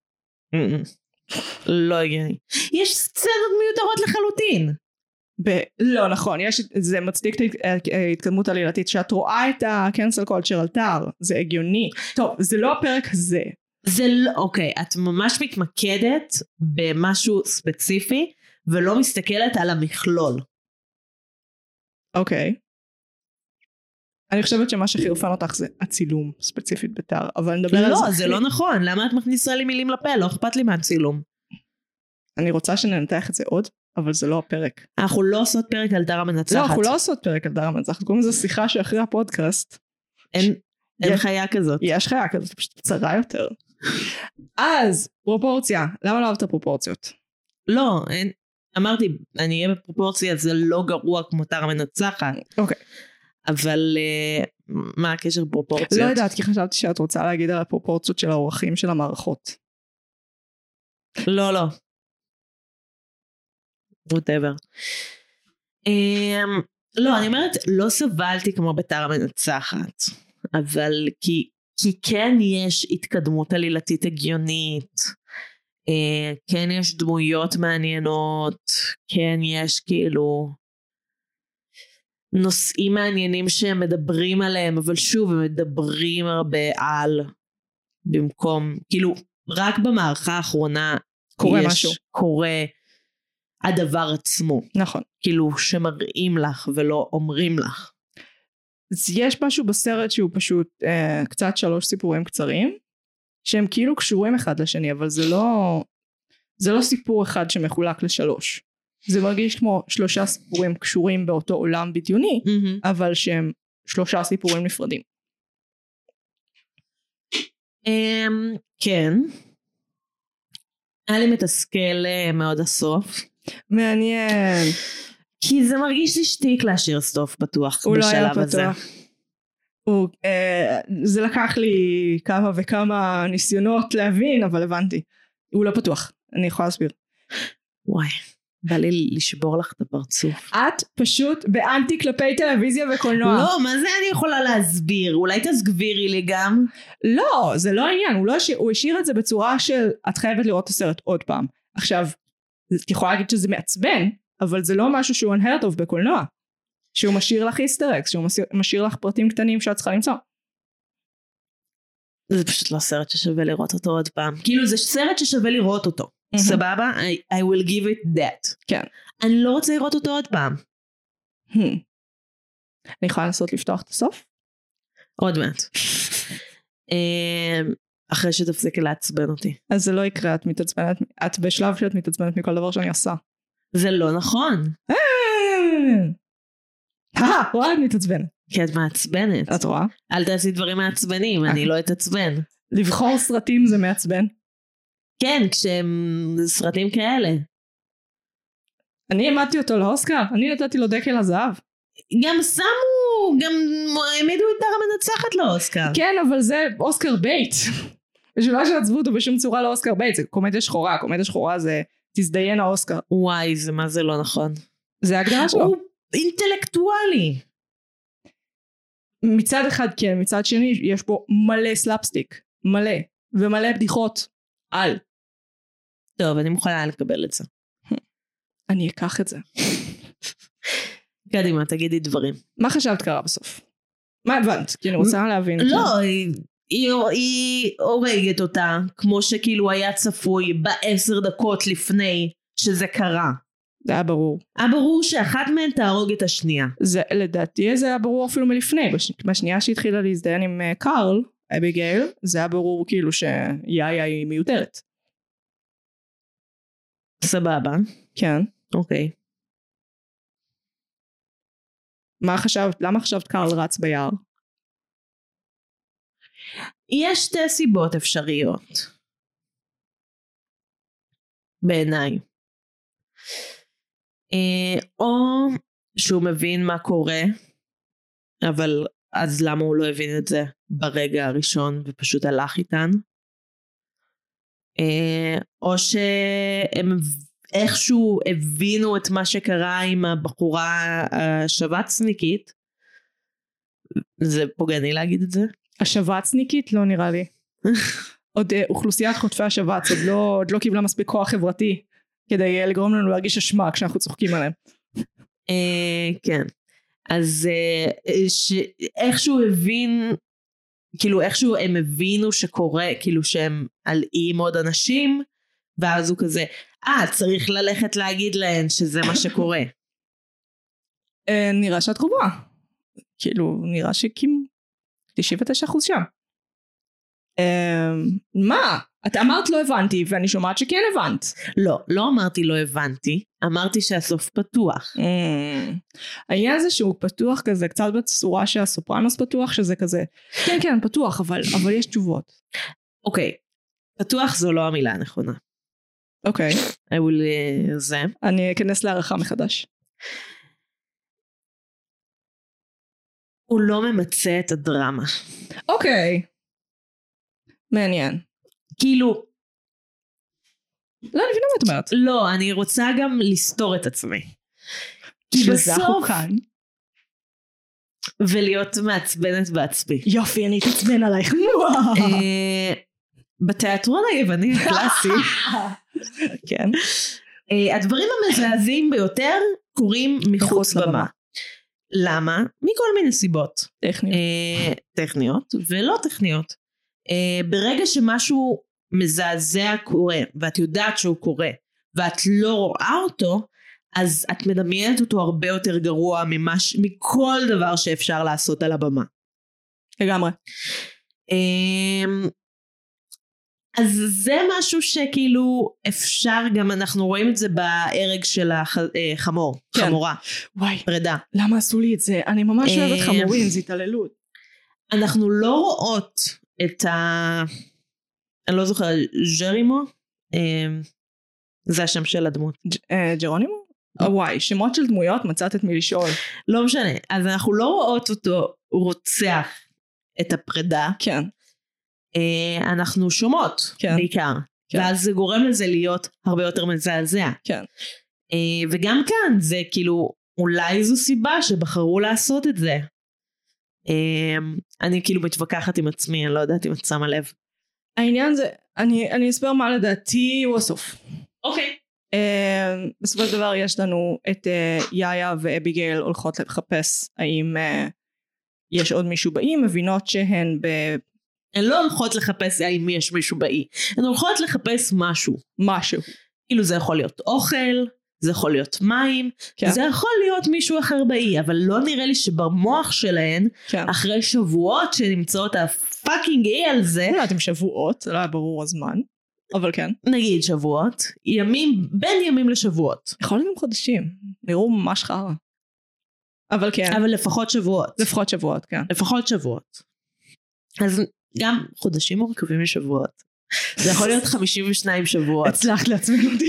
לא הגיוני. יש סצנות מיותרות לחלוטין. לא נכון, זה מצדיק את ההתקדמות העלילתית, שאת רואה את ה-cancel culture על טער, זה הגיוני. טוב, זה לא הפרק הזה. זה לא, אוקיי, את ממש מתמקדת במשהו ספציפי, ולא מסתכלת על המכלול. אוקיי. אני חושבת שמה שחירפן אותך זה הצילום ספציפית בטער, אבל נדבר על זה. לא, זה לא נכון, למה את מכניסה לי מילים לפה? לא אכפת לי מהצילום. אני רוצה שננתח את זה עוד, אבל זה לא הפרק. אנחנו לא עושות פרק על טער המנצחת. לא, אנחנו לא עושות פרק על טער המנצחת, קוראים לזה שיחה שאחרי הפודקאסט. אין חיה כזאת. יש חיה כזאת, פשוט קצרה יותר. אז, פרופורציה, למה לא אוהבת הפרופורציות? לא, אין... אמרתי, אני אהיה בפרופורציה, זה לא גרוע כמו טער המנצחת. אוקיי. אבל uh, מה הקשר פרופורציות? לא יודעת, כי חשבתי שאת רוצה להגיד על הפרופורציות של האורחים של המערכות. לא, לא. whatever. Um, לא, אני אומרת, לא סבלתי כמו בטער המנצחת, אבל כי, כי כן יש התקדמות עלילתית הגיונית, Uh, כן יש דמויות מעניינות, כן יש כאילו נושאים מעניינים שהם מדברים עליהם, אבל שוב הם מדברים הרבה על במקום, כאילו רק במערכה האחרונה קורה יש, משהו, קורה הדבר עצמו, נכון, כאילו שמראים לך ולא אומרים לך. אז יש משהו בסרט שהוא פשוט uh, קצת שלוש סיפורים קצרים שהם כאילו קשורים אחד לשני, אבל זה לא, זה לא סיפור אחד שמחולק לשלוש. זה מרגיש כמו שלושה סיפורים קשורים באותו עולם בדיוני, mm-hmm. אבל שהם שלושה סיפורים נפרדים. Um, כן. היה לי מתסכל מאוד הסוף. מעניין. כי זה מרגיש לי שתיק להשאיר סוף פתוח בשלב הזה. הוא, אה, זה לקח לי כמה וכמה ניסיונות להבין, אבל הבנתי. הוא לא פתוח, אני יכולה להסביר. וואי, בא לי לשבור לך את הפרצוף. את פשוט באנטי כלפי טלוויזיה וקולנוע. לא, מה זה אני יכולה להסביר? אולי תסגבירי לי גם? לא, זה לא העניין, הוא, לא השאיר, הוא השאיר את זה בצורה של את חייבת לראות את הסרט עוד פעם. עכשיו, את יכולה להגיד שזה מעצבן, אבל זה לא משהו שהוא unheard of בקולנוע. שהוא משאיר לך איסטר-אקס, שהוא משאיר לך פרטים קטנים שאת צריכה למצוא. זה פשוט לא סרט ששווה לראות אותו עוד פעם. כאילו זה סרט ששווה לראות אותו. Mm-hmm. סבבה? I, I will give it that. כן. אני לא רוצה לראות אותו עוד פעם. Hmm. אני יכולה לנסות לפתוח את הסוף? עוד מעט. אחרי שתפסיקי לעצבן אותי. אז זה לא יקרה, את מתעצבנת, את בשלב שאת מתעצבנת מכל דבר שאני עושה. זה לא נכון. אה, רואה את מתעצבנת. כי את מעצבנת. את רואה? אל תעשי דברים מעצבנים, אני לא אתעצבן. לבחור סרטים זה מעצבן. כן, כשהם סרטים כאלה. אני העמדתי אותו לאוסקר, אני נתתי לו דקל הזהב. גם שמו, גם העמידו את טער המנצחת לאוסקר. כן, אבל זה אוסקר בייט. בשבילה שעצבו אותו בשום צורה לאוסקר בייט, זה קומדיה שחורה, קומדיה שחורה זה תזדיין האוסקר. וואי, זה מה זה לא נכון. זה ההגדרה שלו. הוא אינטלקטואלי. מצד אחד כן, מצד שני יש פה מלא סלאפסטיק, מלא, ומלא בדיחות על. טוב, אני מוכנה לקבל את זה. אני אקח את זה. קדימה, תגידי דברים. מה חשבת קרה בסוף? מה הבנת? כי אני רוצה להבין. לא, היא, היא, היא הורגת אותה, כמו שכאילו היה צפוי בעשר דקות לפני שזה קרה. זה היה ברור. היה ברור שאחת מהן תהרוג את השנייה. זה, לדעתי זה היה ברור אפילו מלפני. בש... בשנייה שהתחילה להזדיין עם uh, קארל, אביגיל, זה היה ברור כאילו שיאיה היא מיותרת. סבבה. כן. אוקיי. מה חשבת? למה חשבת קארל רץ ביער? יש שתי סיבות אפשריות. בעיניי. או שהוא מבין מה קורה, אבל אז למה הוא לא הבין את זה ברגע הראשון ופשוט הלך איתן? או שהם איכשהו הבינו את מה שקרה עם הבחורה השבצניקית. זה פוגעני להגיד את זה? השבצניקית? לא נראה לי. עוד אוכלוסיית חוטפי השבץ עוד לא, עוד לא קיבלה מספיק כוח חברתי כדי לגרום לנו להרגיש אשמה כשאנחנו צוחקים עליהם. כן. אז איכשהו הבין, כאילו איכשהו הם הבינו שקורה, כאילו שהם על אי עם עוד אנשים, ואז הוא כזה, אה, צריך ללכת להגיד להן שזה מה שקורה. נראה שאת קרובה. כאילו, נראה שכאילו תשעים ותשעה אחוז שם. מה? את אמרת לא הבנתי, ואני שומעת שכן הבנת. לא, לא אמרתי לא הבנתי, אמרתי שהסוף פתוח. העניין זה שהוא פתוח כזה, קצת בצורה שהסופרנוס פתוח, שזה כזה, כן כן פתוח, אבל יש תשובות. אוקיי, פתוח זו לא המילה הנכונה. אוקיי. I will, זה. אני אכנס לערכה מחדש. הוא לא ממצא את הדרמה. אוקיי. מעניין. כאילו. לא, אני מבינה מה את אומרת. לא, אני רוצה גם לסתור את עצמי. כי בסוף. ולהיות מעצבנת בעצמי. יופי, אני אתעצבן עלייך. בתיאטרון היווני הקלאסי. כן. הדברים המזעזעים ביותר קורים מחוץ במה. למה? מכל מיני סיבות. טכניות. טכניות ולא טכניות. ברגע שמשהו מזעזע קורה, ואת יודעת שהוא קורה, ואת לא רואה אותו, אז את מדמיינת אותו הרבה יותר גרוע ממש, מכל דבר שאפשר לעשות על הבמה. לגמרי. אז זה משהו שכאילו אפשר, גם אנחנו רואים את זה בהרג של החמור, כן. חמורה, וואי, פרידה. למה עשו לי את זה? אני ממש אוהבת חמורים, זה התעללות. אנחנו לא רואות את ה... אני לא זוכר, ג'רימו? זה השם של הדמות. ג'רונימו? וואי, שמות של דמויות, מצאת את מי לשאול. לא משנה, אז אנחנו לא רואות אותו רוצח את הפרידה. כן. אנחנו שומעות, כן. בעיקר. כן. ואז זה גורם לזה להיות הרבה יותר מזעזע. כן. וגם כאן, זה כאילו, אולי זו סיבה שבחרו לעשות את זה. אני כאילו מתווכחת עם עצמי, אני לא יודעת אם את שמה לב. העניין זה, אני, אני אסבר מה לדעתי הוא הסוף. אוקיי. Uh, בסופו של דבר יש לנו את uh, יאיה ואביגיל הולכות לחפש האם uh, יש עוד מישהו באי, מבינות שהן ב... הן לא הולכות לחפש האם יש מישהו באי, הן הולכות לחפש משהו. משהו. כאילו זה יכול להיות אוכל, זה יכול להיות מים, כן. זה יכול להיות מישהו אחר באי, אבל לא נראה לי שבמוח שלהן, כן. אחרי שבועות שנמצאות הפאקינג אי על זה, לא יודעת אם שבועות, זה לא היה ברור הזמן, אבל כן. נגיד שבועות, ימים, בין ימים לשבועות. יכול להיות גם חודשים, נראו ממש חרא. אבל כן. אבל לפחות שבועות. לפחות שבועות, כן. לפחות שבועות. אז גם חודשים מורכבים משבועות. זה יכול להיות חמישים ושניים שבועות. הצלחת לעצמנו אותי.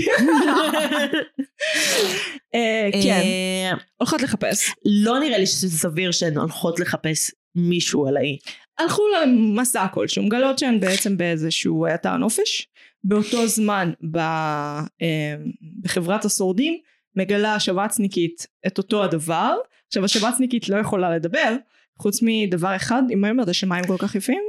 כן. הולכות לחפש. לא נראה לי שזה סביר שהן הולכות לחפש מישהו על האי. הלכו למסע כלשהו, מגלות שהן בעצם באיזשהו אתר נופש, באותו זמן בחברת השורדים מגלה השבצניקית את אותו הדבר. עכשיו השבצניקית לא יכולה לדבר, חוץ מדבר אחד, אם אני אומרת, השמיים כל כך יפים?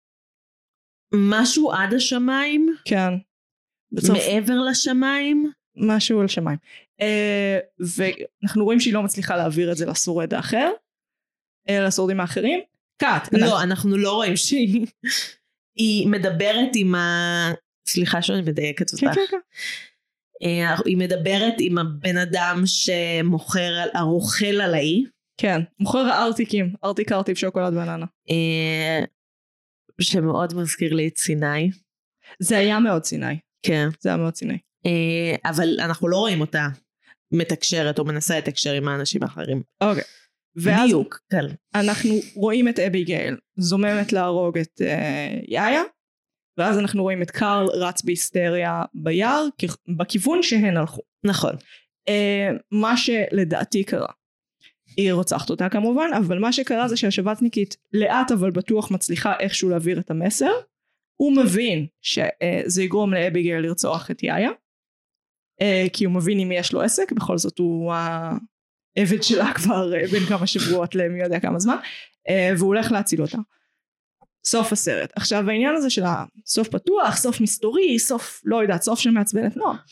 משהו עד השמיים? כן. בסוף... מעבר לשמיים? משהו על שמיים. Uh, ואנחנו רואים שהיא לא מצליחה להעביר את זה לשורד האחר, uh, לשורדים האחרים. קאט. לא, אנחנו... אנחנו לא רואים שהיא היא מדברת עם ה... סליחה שאני מדייקת אותך. כן, כן, כן. Uh, היא מדברת עם הבן אדם שמוכר, הרוכל על האי. כן, מוכר הארטיקים, ארטיק ארטיק שוקולד בננה. Uh, שמאוד מזכיר לי את סיני. זה היה מאוד סיני. כן. זה היה מאוד סיני. Uh, אבל אנחנו לא רואים אותה מתקשרת או מנסה לתקשר עם האנשים האחרים. אוקיי. ואז דיוק, כן. אנחנו רואים את אביגיל זוממת להרוג את uh, יאיה, ואז אנחנו רואים את קארל רץ בהיסטריה ביער, בכיוון שהן הלכו. נכון. Uh, מה שלדעתי קרה, היא רוצחת אותה כמובן, אבל מה שקרה זה שהשבצניקית לאט אבל בטוח מצליחה איכשהו להעביר את המסר, הוא מבין שזה יגרום לאביגיל לרצוח את יאיה, uh, כי הוא מבין אם יש לו עסק, בכל זאת הוא העבד שלה כבר uh, בין כמה שבועות למי יודע כמה זמן, uh, והוא הולך להציל אותה. סוף הסרט. עכשיו העניין הזה של הסוף פתוח, סוף מסתורי, סוף לא יודעת, סוף שמעצבן את נועם.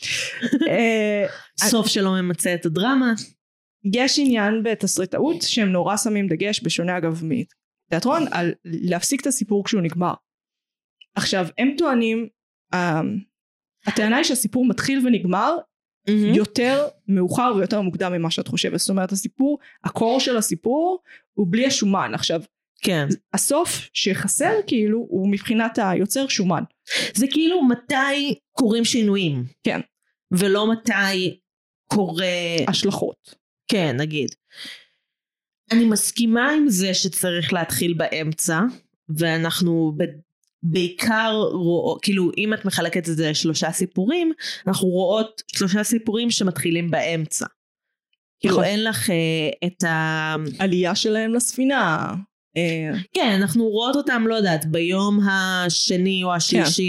סוף שלא ממצא את הדרמה. יש עניין בתסריטאות שהם נורא שמים דגש, בשונה אגב מתיאטרון, על להפסיק את הסיפור כשהוא נגמר. עכשיו הם טוענים, הטענה היא שהסיפור מתחיל ונגמר יותר מאוחר ויותר מוקדם ממה שאת חושבת. זאת אומרת הסיפור, הקור של הסיפור הוא בלי השומן. עכשיו כן. הסוף שחסר כאילו הוא מבחינת היוצר שומן. זה כאילו מתי קורים שינויים. כן. ולא מתי קורה... השלכות. כן, נגיד. אני מסכימה עם זה שצריך להתחיל באמצע, ואנחנו ב... בעיקר רואות, כאילו אם את מחלקת את זה לשלושה סיפורים, אנחנו רואות שלושה סיפורים שמתחילים באמצע. כאילו אין לך את העלייה שלהם לספינה. כן, אנחנו רואות אותם, לא יודעת, ביום השני או השלישי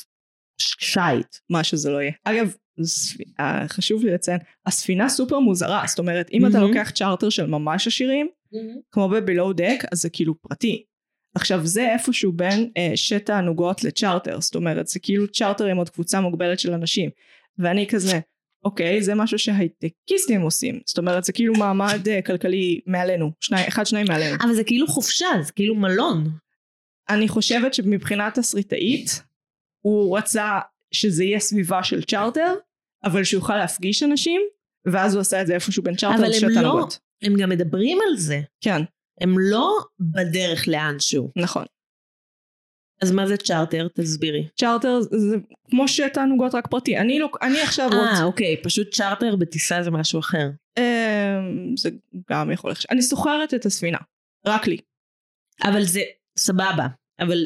לשייט. מה שזה לא יהיה. אגב, חשוב לי לציין, הספינה סופר מוזרה, זאת אומרת, אם אתה לוקח צ'ארטר של ממש עשירים, כמו בבילואו דק, אז זה כאילו פרטי. עכשיו זה איפשהו בין שטע הנוגות לצ'ארטר, זאת אומרת, זה כאילו צ'ארטר עם עוד קבוצה מוגבלת של אנשים, ואני כזה, אוקיי, זה משהו שהייטקיסטים עושים, זאת אומרת, זה כאילו מעמד כלכלי מעלינו, שני, אחד שניים מעלינו. אבל זה כאילו חופשה, זה כאילו מלון. אני חושבת שמבחינת תסריטאית, הוא רצה שזה יהיה סביבה של צ'ארטר, אבל שיוכל להפגיש אנשים, ואז הוא עשה את זה איפשהו בין צ'ארטר לשטע הנוגות. הם גם מדברים על זה. כן. הם לא בדרך לאנשהו. נכון. אז מה זה צ'ארטר? תסבירי. צ'ארטר זה כמו שטע נוגות רק פרטי. אני לא, אני עכשיו רוצה... אה, אוקיי. פשוט צ'ארטר בטיסה זה משהו אחר. זה גם יכול להיות. אני סוחרת את הספינה. רק לי. אבל זה סבבה. אבל...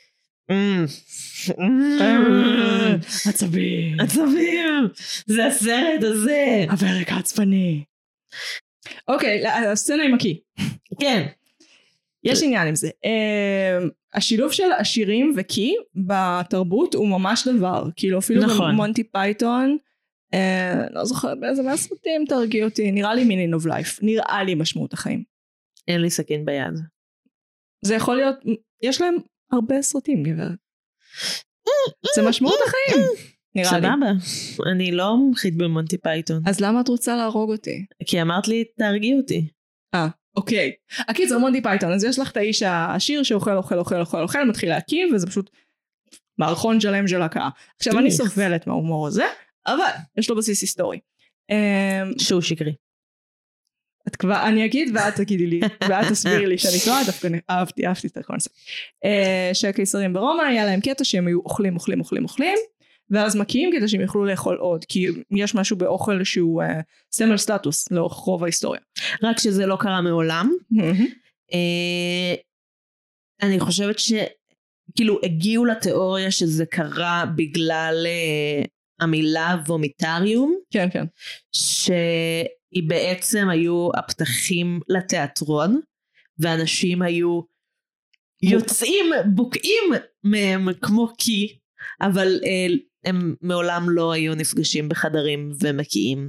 עצבים. עצבים. זה הסרט הזה. הפרק העצבני. אוקיי, הסצנה עם הקי. כן. יש עניין עם זה. השילוב של עשירים וקי בתרבות הוא ממש דבר. כאילו אפילו במונטי פייתון, לא זוכרת באיזה מהסרטים תרגיע אותי, נראה לי מינין אוף לייף, נראה לי משמעות החיים. אין לי סכין ביד. זה יכול להיות, יש להם הרבה סרטים גברת. זה משמעות החיים. נראה לי. סבבה, אני לא מומחית במונטי פייתון. אז למה את רוצה להרוג אותי? כי אמרת לי תרגיע אותי. אה, אוקיי. הקיצור מונטי פייתון, אז יש לך את האיש העשיר שאוכל אוכל אוכל אוכל אוכל, מתחיל להקים וזה פשוט מערכון שלם של הקאה. עכשיו אני סובלת מההומור הזה, אבל יש לו בסיס היסטורי. שהוא שקרי. את כבר, אני אגיד ואת תגידי לי, ואת תסבירי לי שאני טועה, דווקא אהבתי, אהבתי את הקונספט. שהקיסרים ברומא היה להם קטע שהם היו אוכלים אוכלים אוכלים אוכלים, ואז מקיאים כדי שהם יוכלו לאכול עוד, כי יש משהו באוכל שהוא uh, סמל סטטוס לאורך רוב ההיסטוריה. רק שזה לא קרה מעולם. uh, אני חושבת שכאילו הגיעו לתיאוריה שזה קרה בגלל uh, המילה וומיטריום. כן, כן. שהיא בעצם היו הפתחים לתיאטרון, ואנשים היו יוצאים, בוקעים מהם כמו קי, אבל uh, הם מעולם לא היו נפגשים בחדרים ומקיאים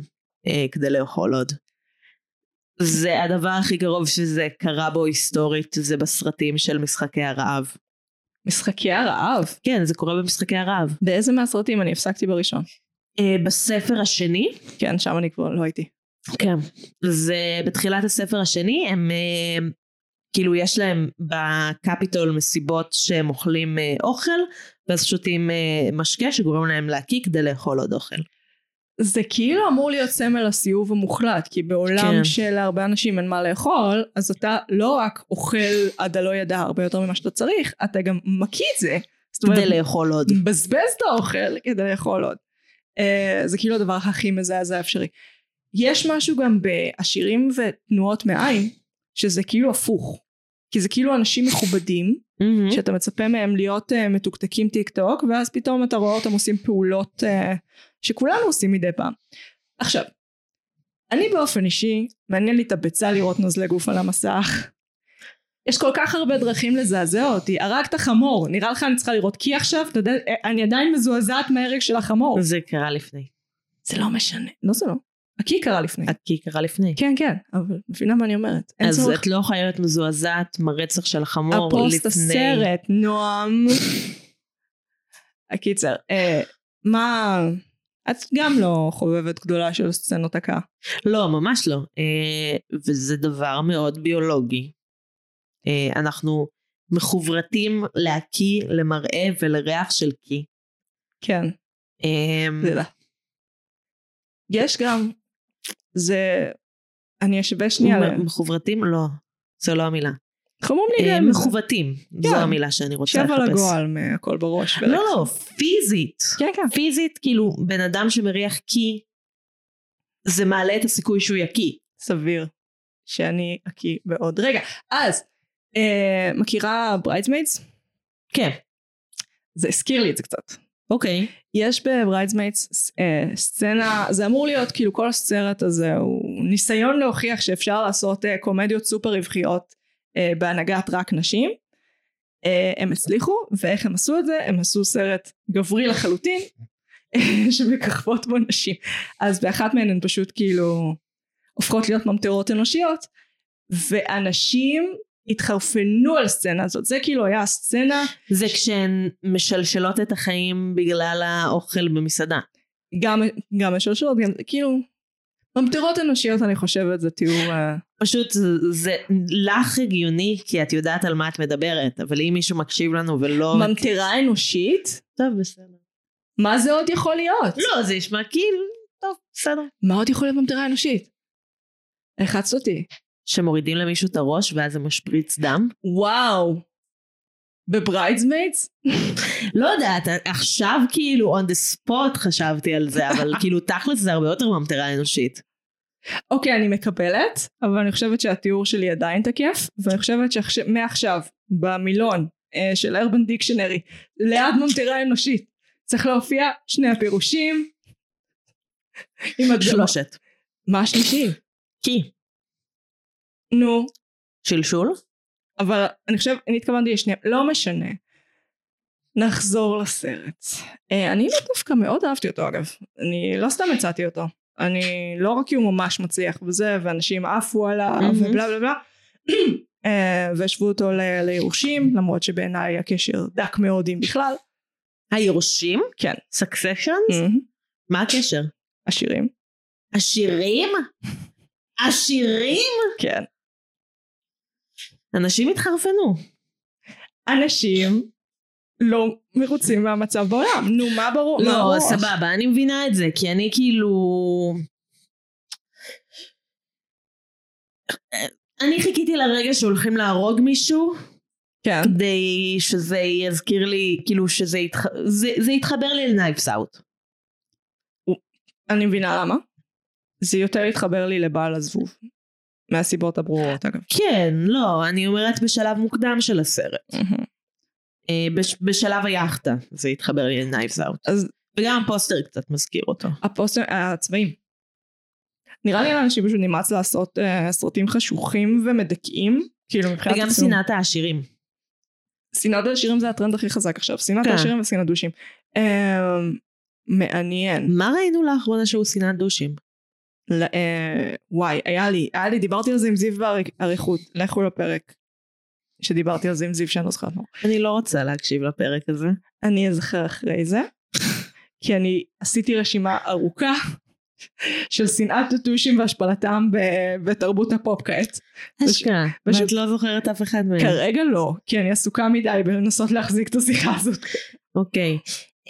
אה, כדי לאכול עוד. זה הדבר הכי קרוב שזה קרה בו היסטורית, זה בסרטים של משחקי הרעב. משחקי הרעב? כן, זה קורה במשחקי הרעב. באיזה מהסרטים? אני הפסקתי בראשון. אה, בספר השני? כן, שם אני כבר לא הייתי. כן. זה בתחילת הספר השני, הם אה, כאילו יש להם בקפיטול מסיבות שהם אוכלים אה, אוכל, ואז שותים אה, משקה שגורם להם להקיא כדי לאכול עוד אוכל. זה כאילו אמור להיות סמל הסיוב המוחלט, כי בעולם כן. של הרבה אנשים אין מה לאכול, אז אתה לא רק אוכל עד הלא ידע הרבה יותר ממה שאתה צריך, אתה גם מקיא את זה. כדי אומרת, לאכול עוד. מבזבז את האוכל כדי לאכול עוד. Uh, זה כאילו הדבר הכי מזעזע אפשרי. יש משהו גם בעשירים ותנועות מעיים, שזה כאילו הפוך. כי זה כאילו אנשים מכובדים, mm-hmm. שאתה מצפה מהם להיות uh, מתוקתקים טיק טוק, ואז פתאום אתה רואה אותם עושים פעולות uh, שכולנו עושים מדי פעם. עכשיו, אני באופן אישי, מעניין לי את הביצה לראות נוזלי גוף על המסך. יש כל כך הרבה דרכים לזעזע אותי. הרגת חמור, נראה לך אני צריכה לראות קי עכשיו, אתה יודע, אני עדיין מזועזעת מההרג של החמור. זה קרה לפני. זה לא משנה. לא זה לא. הקי קרה לפני. הקי קרה לפני. כן, כן, אבל מבינה מה אני אומרת. אז צורך... את לא יכולה להיות מזועזעת מרצח של החמור הפוסט לפני. הסרט, נועם. הקיצר, אה, מה... את גם לא חובבת גדולה של סצנות הקה. לא, ממש לא. אה, וזה דבר מאוד ביולוגי. אה, אנחנו מחוברתים להקיא, למראה ולריח של קי. כן. אה, זה לא. יש גם, זה, אני אשווה שנייה. מחוברתים? לא, זו לא המילה. חמום לי גם. מחובתים, זו המילה שאני רוצה לחפש. שב על הגועל מהכל בראש. לא, לא, פיזית. כן, כן. פיזית, כאילו, בן אדם שמריח קי, זה מעלה את הסיכוי שהוא יקיא. סביר שאני אקיא בעוד רגע. אז, אה, מכירה בריידסמיידס? כן. זה הזכיר לי את זה קצת. אוקיי. יש בבריידסמיידס אה, סצנה, זה אמור להיות כאילו כל הסרט הזה הוא ניסיון להוכיח שאפשר לעשות אה, קומדיות סופר רווחיות אה, בהנהגת רק נשים. אה, הם הצליחו, ואיך הם עשו את זה? הם עשו סרט גברי לחלוטין אה, שמככבות בו נשים. אז באחת מהן הן פשוט כאילו הופכות להיות ממטרות אנושיות, ואנשים התחרפנו על סצנה הזאת. זה כאילו היה הסצנה. זה כשהן משלשלות את החיים בגלל האוכל במסעדה. גם, גם משלשלות, גם כאילו, ממטרות אנושיות אני חושבת, זה תיאור. פשוט זה לך הגיוני, כי את יודעת על מה את מדברת, אבל אם מישהו מקשיב לנו ולא... ממטרה אנושית? טוב, בסדר. מה זה עוד יכול להיות? לא, זה ישמע כאילו, טוב, בסדר. מה עוד יכול להיות ממטרה אנושית? לחצת אותי. שמורידים למישהו את הראש ואז זה משפריץ דם. וואו. בבריידסמיידס? לא יודעת, עכשיו כאילו on the spot חשבתי על זה, אבל כאילו תכלס זה הרבה יותר ממטרה אנושית. אוקיי, אני מקבלת, אבל אני חושבת שהתיאור שלי עדיין תקף, ואני חושבת שמעכשיו, במילון אה, של ארבן דיקשנרי, ליד ממטרה אנושית, צריך להופיע שני הפירושים. שלושת. מה השלישי? כי. נו. שלשול? אבל אני חושב, אני התכוונתי לשנייה, לא משנה. נחזור לסרט. אה, אני דווקא מאוד אהבתי אותו אגב. אני לא סתם הצעתי אותו. אני לא רק כי הוא ממש מצליח בזה, ואנשים עפו עליו ובלה בלה בלה. אה, והשוו אותו ל- לירושים, למרות שבעיניי הקשר דק מאוד עם בכלל. הירושים? כן. Successions? מה הקשר? עשירים. עשירים? עשירים? כן. אנשים התחרפנו. אנשים לא מרוצים מהמצב בעולם. נו, מה ברור? לא, סבבה, אני מבינה את זה, כי אני כאילו... אני חיכיתי לרגע שהולכים להרוג מישהו, כן. כדי שזה יזכיר לי, כאילו שזה יתח... זה, זה יתחבר לי ל-Knives Out. אני מבינה למה. זה יותר יתחבר לי לבעל הזבוב. מהסיבות הברורות אגב. כן, לא, אני אומרת בשלב מוקדם של הסרט. בשלב היחדה זה יתחבר לי ל-Knives Out. אז, וגם הפוסטר קצת מזכיר אותו. הפוסטר, הצבעים. נראה לי לאנשים פשוט נמאס לעשות uh, סרטים חשוכים ומדכאים. כאילו מבחינת... וגם עצמו. שנאת העשירים. שנאת העשירים זה הטרנד הכי חזק עכשיו. שנאת כן. העשירים ושנאת דושים. Uh, מעניין. מה ראינו לאחרונה שהוא שנאת דושים? וואי, היה לי, היה לי, דיברתי על זה עם זיו בעריכות, לכו לפרק, שדיברתי על זה עם זיו שאני לא זוכרת מה. אני לא רוצה להקשיב לפרק הזה. אני אזכר אחרי זה, כי אני עשיתי רשימה ארוכה, של שנאת טוטושים והשפלתם בתרבות הפופ כעת. אשכרה, ואת לא זוכרת אף אחד מהם. כרגע לא, כי אני עסוקה מדי בלנסות להחזיק את השיחה הזאת. אוקיי.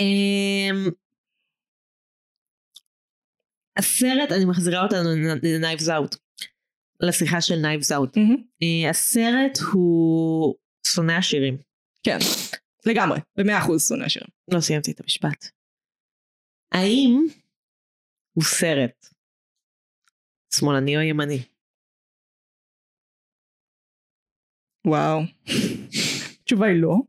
הסרט, אני מחזירה אותנו ל-Knives Out, לשיחה של Knives Out. הסרט הוא שונא השירים. כן, לגמרי, במאה אחוז שונא השירים. לא סיימתי את המשפט. האם הוא סרט שמאלני או ימני? וואו. התשובה היא לא.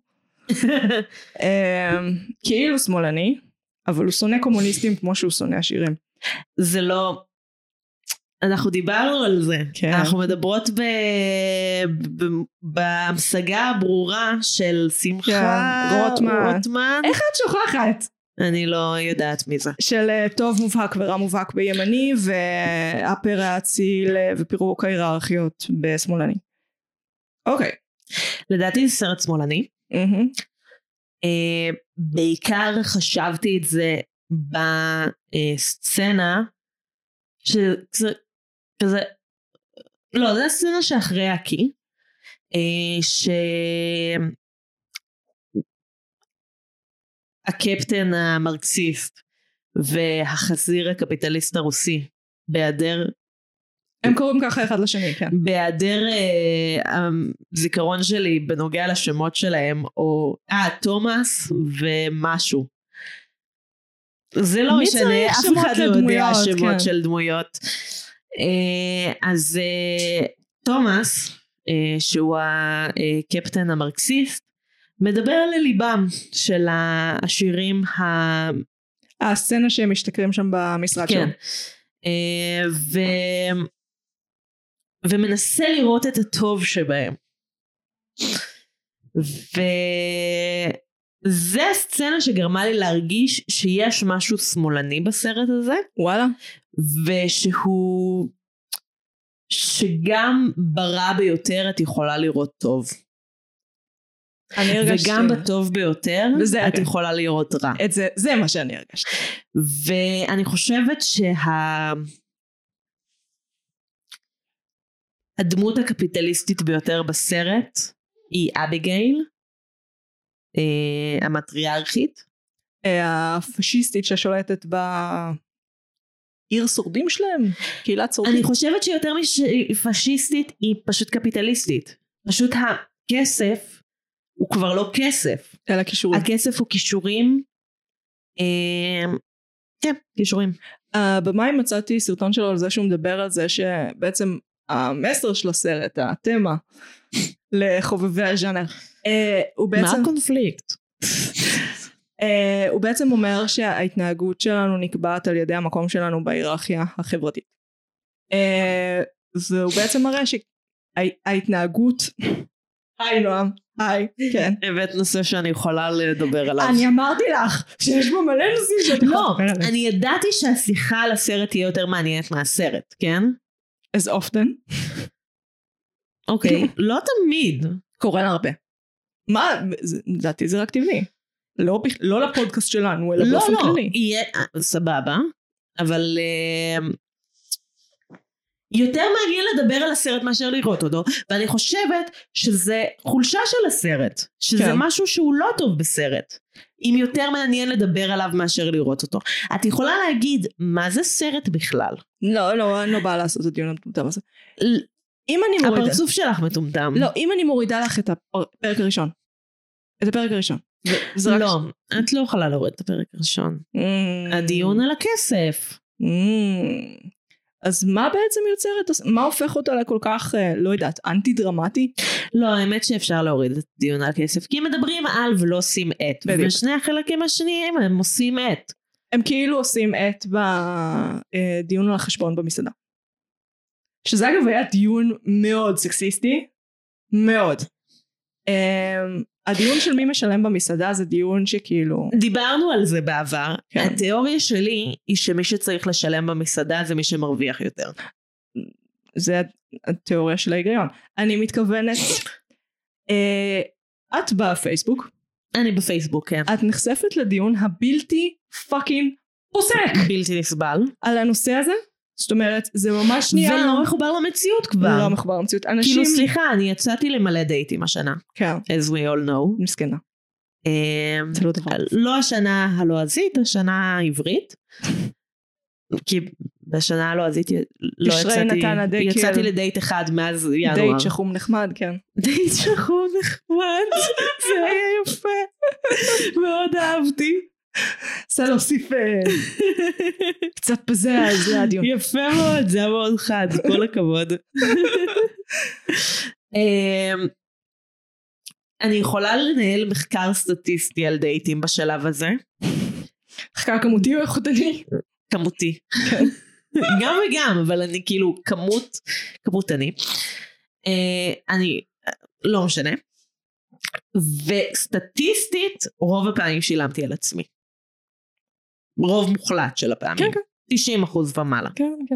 כאילו שמאלני, אבל הוא שונא קומוניסטים כמו שהוא שונא השירים. זה לא, אנחנו דיברנו על זה, כן. אנחנו מדברות ב... ב... בהמשגה הברורה של שמחה כן. רוטמן. רוטמן. איך את שוכחת? אני לא יודעת מי זה. של טוב מובהק ורע מובהק בימני, ואפר האציל ופירוק ההיררכיות בשמאלני. אוקיי. לדעתי זה סרט שמאלני. Mm-hmm. Uh, בעיקר חשבתי את זה בסצנה שזה כזה, לא, זה הסצנה שאחרי הקי, uh, שהקפטן המרקסיסט והחזיר הקפיטליסט הרוסי בהיעדר, הם קוראים ככה אחד לשני, כן. בהיעדר uh, הזיכרון שלי בנוגע לשמות שלהם, או אה, תומאס ומשהו. זה לא משנה, אף אחד לא יודע שמות כן. של דמויות. Uh, אז uh, תומאס, uh, שהוא הקפטן המרקסיסט, מדבר לליבם של השירים ה... הסצנה שהם משתכרים שם במשרד כן. שלהם. Uh, ו... ומנסה לראות את הטוב שבהם. וזה הסצנה שגרמה לי להרגיש שיש משהו שמאלני בסרט הזה. וואלה. ושהוא, שגם ברע ביותר את יכולה לראות טוב. אני הרגשתי. וגם בטוב ביותר את כן. יכולה לראות רע. את זה, זה מה שאני הרגשתי. ואני חושבת שה... הדמות הקפיטליסטית ביותר בסרט היא אביגייל, אה, המטריארכית. אה, הפשיסטית ששולטת בעיר שורדים שלהם, קהילת שורדים. אני חושבת שיותר מפשיסטית היא פשוט קפיטליסטית. פשוט הכסף הוא כבר לא כסף. אלא כישורים. הכסף הוא כישורים. אה, כן, כישורים. Uh, במאי מצאתי סרטון שלו על זה שהוא מדבר על זה שבעצם המסר של הסרט, התמה לחובבי הז'אנר, uh, הוא בעצם... מה הקונפליקט? uh, הוא בעצם אומר שההתנהגות שלנו נקבעת על ידי המקום שלנו בהיררכיה החברתית. Uh, והוא בעצם מראה שההתנהגות... היי נועם, היי, כן. הבאת נושא שאני יכולה לדבר עליו. אני אמרתי לך שיש בו מלא נושאים שאת יכולה לא, לדבר עליהם. אני ידעתי שהשיחה על הסרט תהיה יותר מעניינת מהסרט, כן? as often. אוקיי, לא תמיד. קורה לה הרבה. מה, לדעתי זה רק טבעי. לא, לא לפודקאסט שלנו, אלא באופן כללי. לא, כללי. לא, יהיה, סבבה, אבל... יותר מעניין לדבר על הסרט מאשר לראות אותו, ואני חושבת שזה חולשה של הסרט, שזה כן. משהו שהוא לא טוב בסרט, אם יותר מעניין לדבר עליו מאשר לראות אותו. את יכולה להגיד, מה זה סרט בכלל? לא, לא, אני לא באה לעשות את הדיון המטומטם הזה. אם אני מורידה... הפרצוף שלך מטומטם. לא, אם אני מורידה לך את הפרק הראשון, את הפרק הראשון. לא, רק... את לא יכולה להוריד את הפרק הראשון. Mm. הדיון על הכסף. Mm. אז מה בעצם יוצרת, מה הופך אותה לכל כך, לא יודעת, אנטי דרמטי? לא, האמת שאפשר להוריד את דיון על כסף, כי הם מדברים על ולא עושים את, ושני החלקים השניים הם עושים את. הם כאילו עושים את בדיון על החשבון במסעדה. שזה אגב היה דיון מאוד סקסיסטי, מאוד. הדיון של מי משלם במסעדה זה דיון שכאילו... דיברנו על זה בעבר. כן. התיאוריה שלי היא שמי שצריך לשלם במסעדה זה מי שמרוויח יותר. זה התיאוריה של ההיגיון. אני מתכוונת... אה, את בפייסבוק. אני בפייסבוק, כן. את נחשפת לדיון הבלתי פאקינג פוסק. בלתי נסבל. על הנושא הזה? זאת אומרת, זה ממש שנייה... ולא מחובר למציאות כבר. לא מחובר למציאות. אנשים... כאילו, סליחה, אני יצאתי למלא דייטים השנה. כן. As we all know. מסכנה. זה לא דבר. לא השנה הלועזית, השנה העברית. כי בשנה הלועזית לא יצאתי... יצאתי לדייט אחד מאז ינואר. דייט שחום נחמד, כן. דייט שחום נחמד. זה היה יפה. מאוד אהבתי. עשה להוסיף קצת פזה על זה הדיון. יפה מאוד, זה היה מאוד חד, כל הכבוד. אני יכולה לנהל מחקר סטטיסטי על דייטים בשלב הזה. מחקר כמותי או איכותני? כמותי. גם וגם, אבל אני כאילו כמות, כמות אני. אני, לא משנה. וסטטיסטית, רוב הפעמים שילמתי על עצמי. רוב מוחלט של הפעמים. כן, כן. תשעים אחוז ומעלה. כן, כן.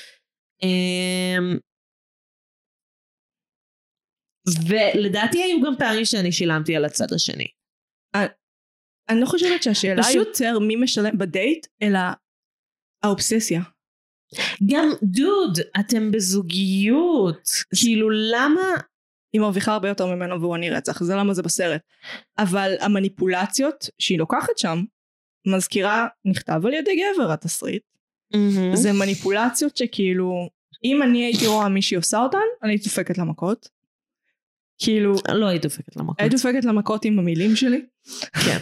ולדעתי היו גם פעמים שאני שילמתי על הצד השני. אני לא חושבת שהשאלה יותר מי משלם בדייט, אלא האובססיה. גם דוד, אתם בזוגיות. כאילו למה... היא מרוויחה הרבה יותר ממנו והוא אני רצח, זה למה זה בסרט. אבל המניפולציות שהיא לוקחת שם, מזכירה נכתב על ידי גבר התסריט. Mm-hmm. זה מניפולציות שכאילו, אם אני הייתי רואה מישהי עושה אותן, אני הייתי דופקת למכות. כאילו... לא הייתי דופקת למכות. הייתי דופקת למכות עם המילים שלי. כן.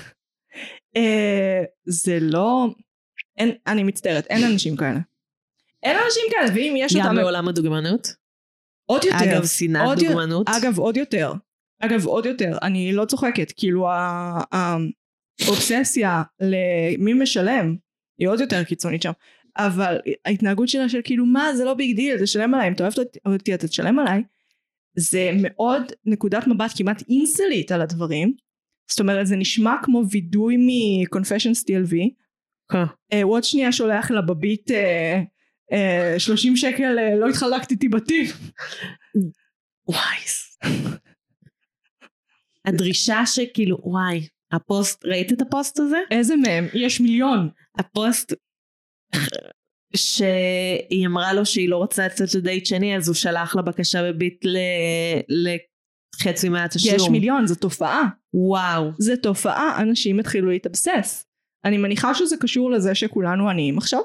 זה לא... אין, אני מצטערת, אין אנשים כאלה. אין אנשים כאלה, ואם יש אותם... גם בעולם הדוגמנות? עוד יותר. אגב, שנאת דוגמנות? אגב, עוד יותר. אגב, עוד יותר. אני לא צוחקת. כאילו, האובססיה למי משלם היא עוד יותר קיצונית שם. אבל ההתנהגות שלה של כאילו, מה, זה לא ביג דיל, תשלם עליי. אם אתה אוהב אותי, אתה תשלם עליי. זה מאוד נקודת מבט כמעט אינסלית על הדברים. זאת אומרת, זה נשמע כמו וידוי מ-Confessions טי אל וי. עוד שנייה שולח לה בביט... שלושים שקל לא התחלקתי איתי בטיף. וואי. הדרישה שכאילו וואי, הפוסט, ראית את הפוסט הזה? איזה מהם? יש מיליון. הפוסט שהיא אמרה לו שהיא לא רוצה לצאת לדייט שני, אז הוא שלח לה בקשה בביט לחצי מהתשלום. יש מיליון, זו תופעה. וואו. זו תופעה, אנשים התחילו להתאבסס. אני מניחה שזה קשור לזה שכולנו עניים עכשיו.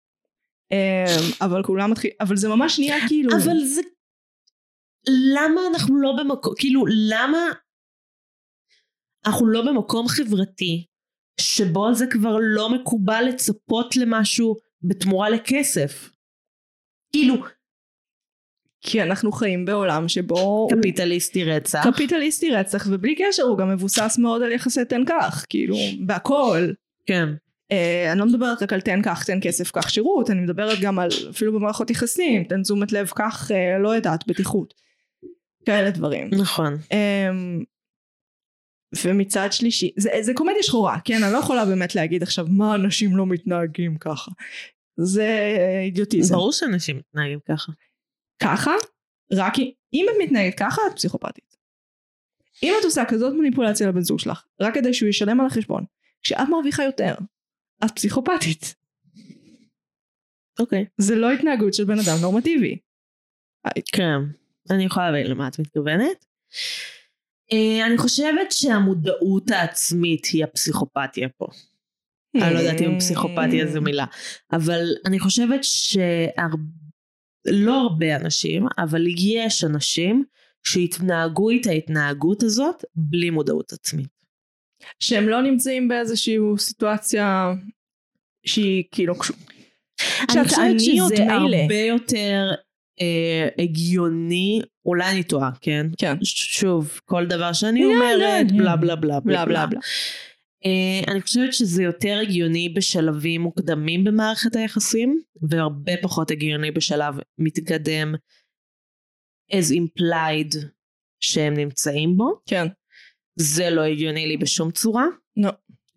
אבל כולם מתחיל, אבל זה ממש נהיה כאילו... אבל זה... למה אנחנו לא במקום... כאילו, למה אנחנו לא במקום חברתי שבו זה כבר לא מקובל לצפות למשהו בתמורה לכסף? כאילו... כי אנחנו חיים בעולם שבו... קפיטליסטי רצח. קפיטליסטי רצח, ובלי קשר הוא גם מבוסס מאוד על יחסי תן כך, כאילו, בהכל. כן. Uh, אני לא מדברת רק על תן כך, תן כסף, כך שירות, אני מדברת גם על אפילו במערכות יחסים, תן תשומת לב כך, uh, לא יודעת, בטיחות. כאלה דברים. נכון. Um, ומצד שלישי, זה, זה קומדיה שחורה, כן? אני לא יכולה באמת להגיד עכשיו, מה אנשים לא מתנהגים ככה. זה אידיוטיזם. ברור שאנשים מתנהגים ככה. ככה? רק אם את מתנהגת ככה, את פסיכופתית. אם את עושה כזאת מניפולציה לבן זוג שלך, רק כדי שהוא ישלם על החשבון, כשאת מרוויחה יותר, את פסיכופתית. אוקיי. זה לא התנהגות של בן אדם נורמטיבי. כן. אני יכולה להבין למה את מתכוונת. אני חושבת שהמודעות העצמית היא הפסיכופתיה פה. אני לא יודעת אם פסיכופתיה זו מילה. אבל אני חושבת שלא הרבה אנשים, אבל יש אנשים שהתנהגו את ההתנהגות הזאת בלי מודעות עצמית. שהם לא נמצאים באיזושהי סיטואציה שהיא כאילו... אני חושבת שזה הרבה יותר אה, הגיוני, אולי אני טועה, כן? כן. שוב, כל דבר שאני אומרת, בלה בלה בלה בלה בלה בלה. אה, אני חושבת שזה יותר הגיוני בשלבים מוקדמים במערכת היחסים, והרבה פחות הגיוני בשלב מתקדם, as implied שהם נמצאים בו. כן. זה לא הגיוני לי בשום צורה. לא.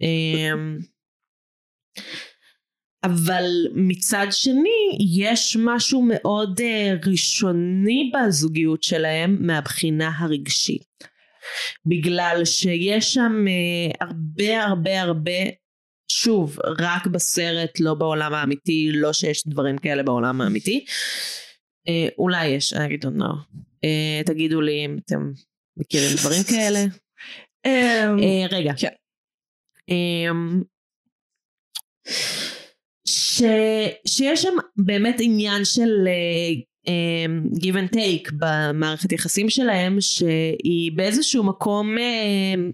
אבל מצד שני, יש משהו מאוד ראשוני בזוגיות שלהם מהבחינה הרגשית. בגלל שיש שם הרבה הרבה הרבה, שוב, רק בסרט, לא בעולם האמיתי, לא שיש דברים כאלה בעולם האמיתי. אולי יש, I don't know. תגידו לי אם אתם מכירים דברים כאלה. רגע. כן. שיש שם באמת עניין של uh, give and take במערכת יחסים שלהם, שהיא באיזשהו מקום uh,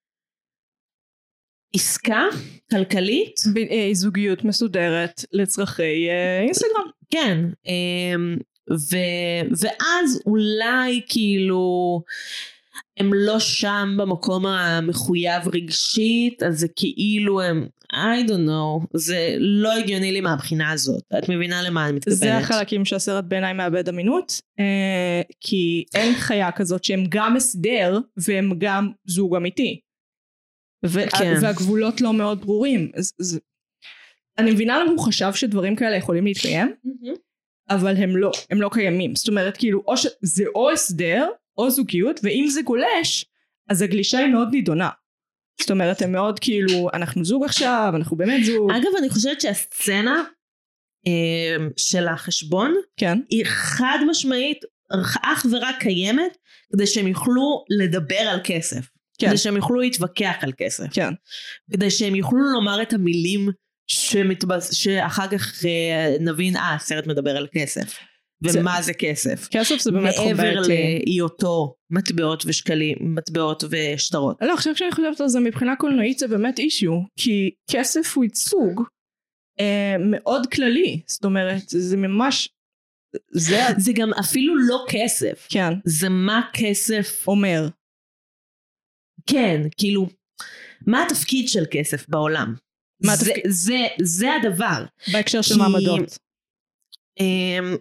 עסקה כלכלית, ב- זוגיות מסודרת לצרכי uh, אינסטגרם. כן, um, ו- ואז אולי כאילו הם לא שם במקום המחויב רגשית, אז זה כאילו הם, I don't know, זה לא הגיוני לי מהבחינה הזאת. את מבינה למה אני מתכוונת? זה החלקים שהסרט בעיניי מאבד אמינות, אה, כי אין חיה כזאת שהם גם הסדר והם גם זוג אמיתי. ו- כן. והגבולות לא מאוד ברורים. אז, אז, אני מבינה למה הוא חשב שדברים כאלה יכולים להתקיים, Mm-hmm. אבל הם לא, הם לא קיימים. זאת אומרת, כאילו, או ש- זה או הסדר, או זוגיות, ואם זה גולש, אז הגלישה היא מאוד נידונה. זאת אומרת, הם מאוד כאילו, אנחנו זוג עכשיו, אנחנו באמת זוג. אגב, אני חושבת שהסצנה אה, של החשבון, כן. היא חד משמעית, אך ורק קיימת, כדי שהם יוכלו לדבר על כסף. כן. כדי שהם יוכלו להתווכח על כסף. כן. כדי שהם יוכלו לומר את המילים, שמתבס... שאחר כך אה, נבין, אה, הסרט מדבר על כסף. ומה זה כסף? כסף זה באמת חובר מעבר להיותו מטבעות ושקלים, מטבעות ושטרות. לא, עכשיו כשאני חושבת על זה מבחינה קולנועית זה באמת אישיו, כי כסף הוא ייצוג אה, מאוד כללי, זאת אומרת, זה ממש, זה, זה גם אפילו לא כסף. כן. זה מה כסף אומר. כן, כאילו, מה התפקיד של כסף בעולם? מה זה, התפקיד? זה, זה הדבר. בהקשר של כי, מעמדות. אה,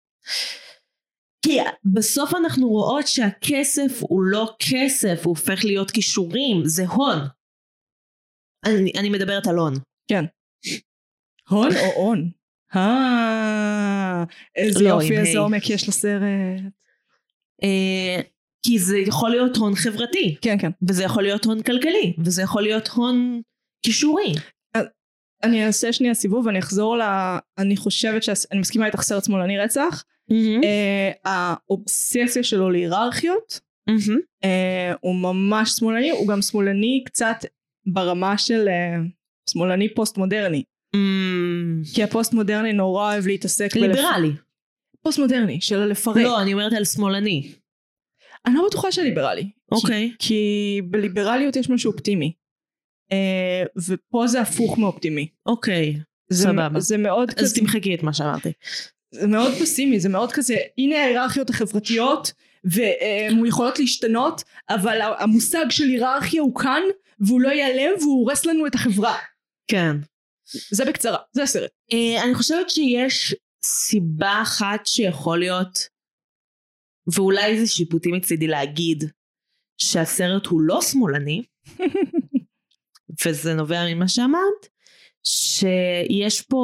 כי בסוף אנחנו רואות שהכסף הוא לא כסף, הוא הופך להיות כישורים, זה הון. אני, אני מדברת על הון. כן. הון או הון? אה, איזה לא, יופי, איזה היי. עומק יש לסרט. אה, כי זה יכול להיות הון חברתי. כן, כן. וזה יכול להיות הון כלכלי, וזה יכול להיות הון כישורי. אני אעשה שנייה סיבוב ואני אחזור ל... אני חושבת שאני מסכימה איתך סרט שמאלני רצח. Mm-hmm. האובססיה שלו להיררכיות, Mm-hmm. הוא ממש שמאלני, הוא גם שמאלני קצת ברמה של שמאלני פוסט מודרני. Mm-hmm. כי הפוסט מודרני נורא אוהב להתעסק ליברלי. בלפ... פוסט מודרני, של לפרק. לא, אני אומרת על שמאלני. אני לא בטוחה שליברלי. אוקיי. כי, כי בליברליות יש משהו אופטימי. Uh, ופה זה הפוך מאופטימי. אוקיי, זה, סבבה. זה מאוד אז כזה, תמחקי את מה שאמרתי. זה מאוד פסימי, זה מאוד כזה, הנה ההיררכיות החברתיות, והן יכולות להשתנות, אבל המושג של היררכיה הוא כאן, והוא לא ייעלם, והוא הורס לנו את החברה. כן. זה בקצרה, זה הסרט. Uh, אני חושבת שיש סיבה אחת שיכול להיות, ואולי זה שיפוטי מצידי להגיד, שהסרט הוא לא שמאלני, וזה נובע ממה שאמרת, שיש פה,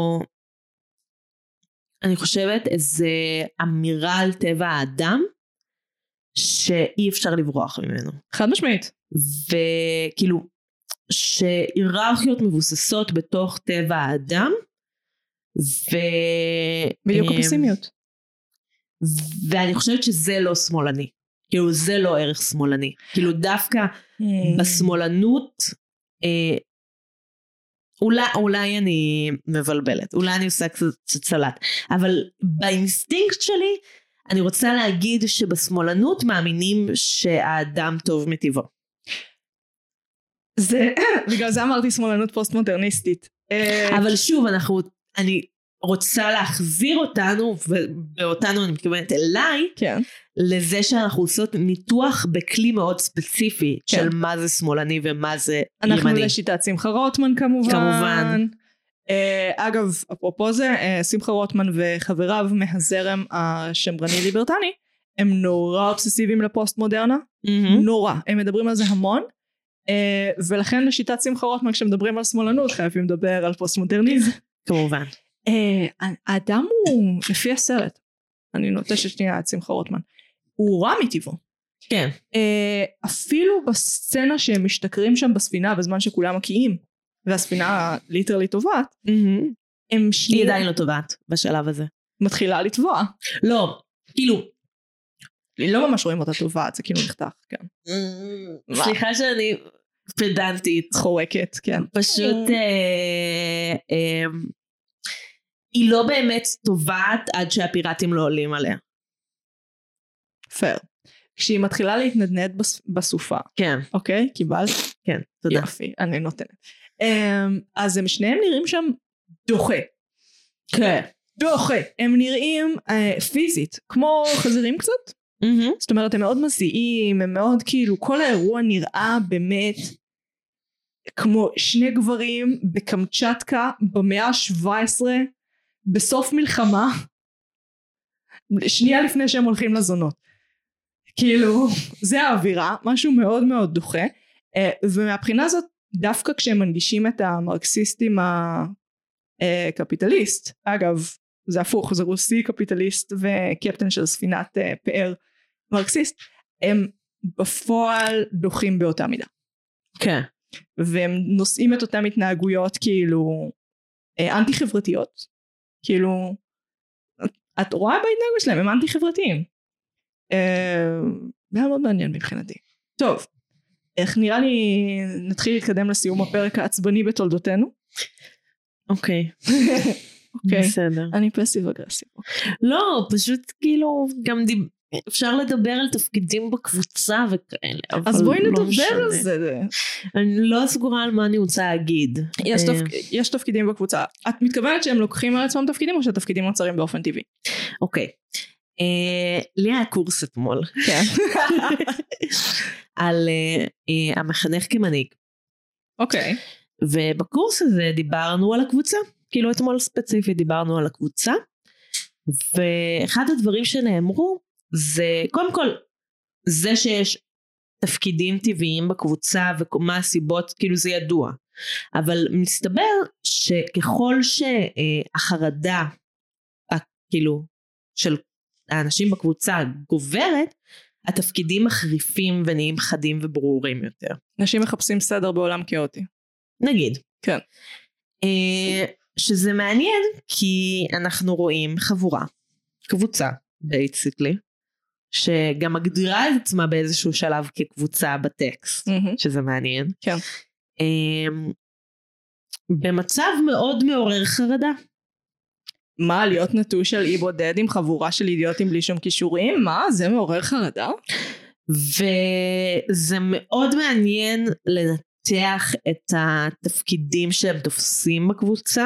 אני חושבת, איזו אמירה על טבע האדם, שאי אפשר לברוח ממנו. חד משמעית. וכאילו, שהיררכיות מבוססות בתוך טבע האדם, ו... בדיוק הפסימיות. ואני חושבת שזה לא שמאלני. כאילו, זה לא ערך שמאלני. כאילו, דווקא בשמאלנות, אה, אולי, אולי אני מבלבלת, אולי אני עושה קצת צלט, אבל באינסטינקט שלי, אני רוצה להגיד שבשמאלנות מאמינים שהאדם טוב מטבעו. זה, בגלל זה אמרתי שמאלנות פוסט מודרניסטית. אבל שוב, אנחנו, אני רוצה להחזיר אותנו, ובאותנו אני מתכוונת אליי, כן. לזה שאנחנו עושות ניתוח בכלי מאוד ספציפי, כן. של מה זה שמאלני ומה זה אנחנו ימני. לשיטת שמחה רוטמן כמובן. כמובן. Uh, אגב, אפרופו זה, uh, שמחה רוטמן וחבריו מהזרם השמרני ליברטני, הם נורא אובססיביים לפוסט מודרנה, נורא, הם מדברים על זה המון, ולכן לשיטת שמחה רוטמן כשמדברים על שמאלנות חייבים לדבר על פוסט מודרניזם. כמובן. האדם הוא לפי הסרט, אני נוטשת שנייה את שמחה רוטמן, הוא רע מטבעו. כן. אפילו בסצנה שהם משתכרים שם בספינה בזמן שכולם מקיאים, והספינה ליטרלי טובעת, הם שנייה... היא עדיין לא טובעת בשלב הזה. מתחילה לטבוע. לא, כאילו... לא ממש רואים אותה טובעת, זה כאילו נחתך, כן. סליחה שאני פדנטית. חורקת, כן. פשוט... היא לא באמת טובעת עד שהפיראטים לא עולים עליה. פייר. כשהיא מתחילה להתנדנד בסופה. כן. אוקיי? קיבלת? כן, תודה. יופי, אני נותנת. אז הם שניהם נראים שם דוחה. כן. דוחה. הם נראים פיזית, כמו חזירים קצת. זאת אומרת, הם מאוד מזיעים, הם מאוד כאילו, כל האירוע נראה באמת כמו שני גברים בקמצ'טקה במאה ה-שבע עשרה, בסוף מלחמה, שנייה לפני שהם הולכים לזונות. כאילו, זה האווירה, משהו מאוד מאוד דוחה, ומהבחינה הזאת, דווקא כשהם מנגישים את המרקסיסטים הקפיטליסט, אגב, זה הפוך, זה רוסי קפיטליסט וקפטן של ספינת פאר מרקסיסט, הם בפועל דוחים באותה מידה. כן. והם נושאים את אותם התנהגויות כאילו אנטי חברתיות, כאילו את רואה בהתנהגות שלהם, הם אנטי חברתיים. זה היה מאוד מעניין מבחינתי. טוב, איך נראה לי נתחיל להתקדם לסיום הפרק העצבני בתולדותינו? אוקיי. אוקיי. בסדר. אני פסיב אגרסיב. לא, פשוט כאילו גם דיב... אפשר לדבר על תפקידים בקבוצה וכאלה. אז בואי לא נדבר משנה. על זה. אני לא סגורה על מה אני רוצה להגיד. יש, תפק... יש תפקידים בקבוצה. את מתכוונת שהם לוקחים על עצמם תפקידים או שהתפקידים נוצרים באופן טבעי? אוקיי. לי היה קורס אתמול. כן. על המחנך כמנהיג. אוקיי. ובקורס הזה דיברנו על הקבוצה. כאילו אתמול ספציפית דיברנו על הקבוצה. ואחד הדברים שנאמרו זה קודם כל זה שיש תפקידים טבעיים בקבוצה ומה הסיבות, כאילו זה ידוע, אבל מסתבר שככל שהחרדה כאילו של האנשים בקבוצה גוברת, התפקידים מחריפים ונהיים חדים וברורים יותר. אנשים מחפשים סדר בעולם כאוטי. נגיד. כן. שזה מעניין כי אנחנו רואים חבורה, קבוצה basically, שגם מגדירה את עצמה באיזשהו שלב כקבוצה בטקסט, mm-hmm. שזה מעניין. כן. במצב מאוד מעורר חרדה. מה, להיות נטוש של אי בודד עם חבורה של אידיוטים בלי שום כישורים? מה, זה מעורר חרדה? וזה מאוד מעניין לנתח את התפקידים שהם תופסים בקבוצה,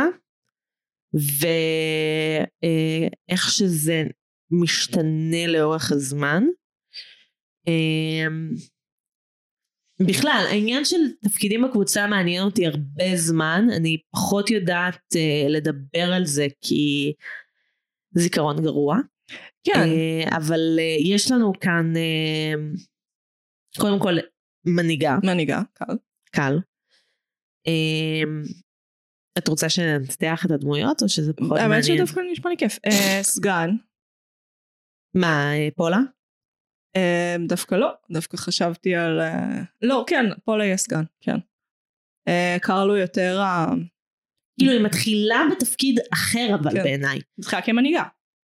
ואיך שזה משתנה לאורך הזמן. בכלל, העניין של תפקידים בקבוצה מעניין אותי הרבה זמן, אני פחות יודעת לדבר על זה כי זיכרון גרוע. כן. אבל יש לנו כאן, קודם כל, מנהיגה. מנהיגה, קל. קל. את רוצה שננתח את הדמויות או שזה פחות מעניין? האמת שדווקא נשמע לי כיף. סגן. מה, פולה? דווקא לא, דווקא חשבתי על... לא, כן, פולה יהיה סגן, כן. קרלו יותר... כאילו היא מתחילה בתפקיד אחר אבל בעיניי. מתחילה כמנהיגה.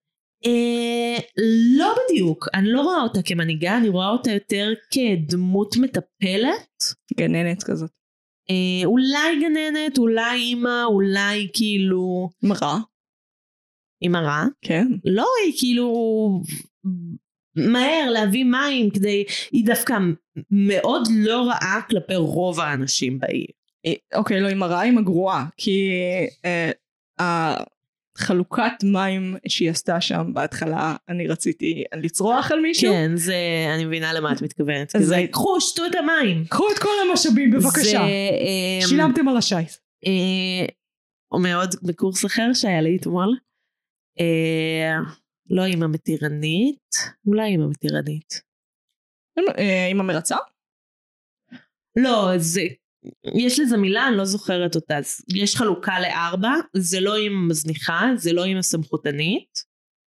לא בדיוק, אני לא רואה אותה כמנהיגה, אני רואה אותה יותר כדמות מטפלת. גננת כזאת. אולי גננת, אולי אימא, אולי כאילו... מראה. אימא רע? כן. לא, היא כאילו... מהר להביא מים כדי... היא דווקא מאוד לא רעה כלפי רוב האנשים בעיר. אוקיי, לא, אימא רעה, אימא גרועה. כי... חלוקת מים שהיא עשתה שם בהתחלה, אני רציתי לצרוח על מישהו. כן, זה, אני מבינה למה את מתכוונת. זה, קחו, שתו את המים. קחו את כל המשאבים, בבקשה. שילמתם על השייס. או מאוד בקורס אחר שהיה לי אתמול, לא אימא מתירנית, אולי אימא מתירנית. אימא מרצה? לא, זה, יש לזה מילה, אני לא זוכרת אותה. יש חלוקה לארבע, זה לא אימא מזניחה, זה לא אימא סמכותנית,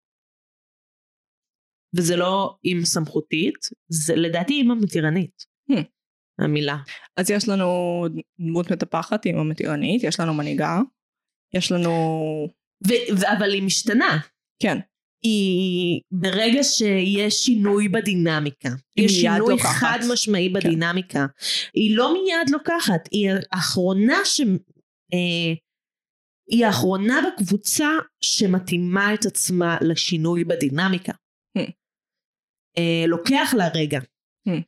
וזה לא אימא סמכותית, זה לדעתי אימא מתירנית. Hmm. המילה. אז יש לנו דמות מטפחת, אימא מתירנית, יש לנו מנהיגה, יש לנו... ו- ו- אבל היא משתנה. כן. היא ברגע שיש שינוי בדינמיקה, יש שינוי לוקחת. חד משמעי בדינמיקה, כן. היא לא מיד לוקחת, היא האחרונה ש... אה, היא האחרונה בקבוצה שמתאימה את עצמה לשינוי בדינמיקה. Hmm. אה, לוקח לה רגע. Hmm.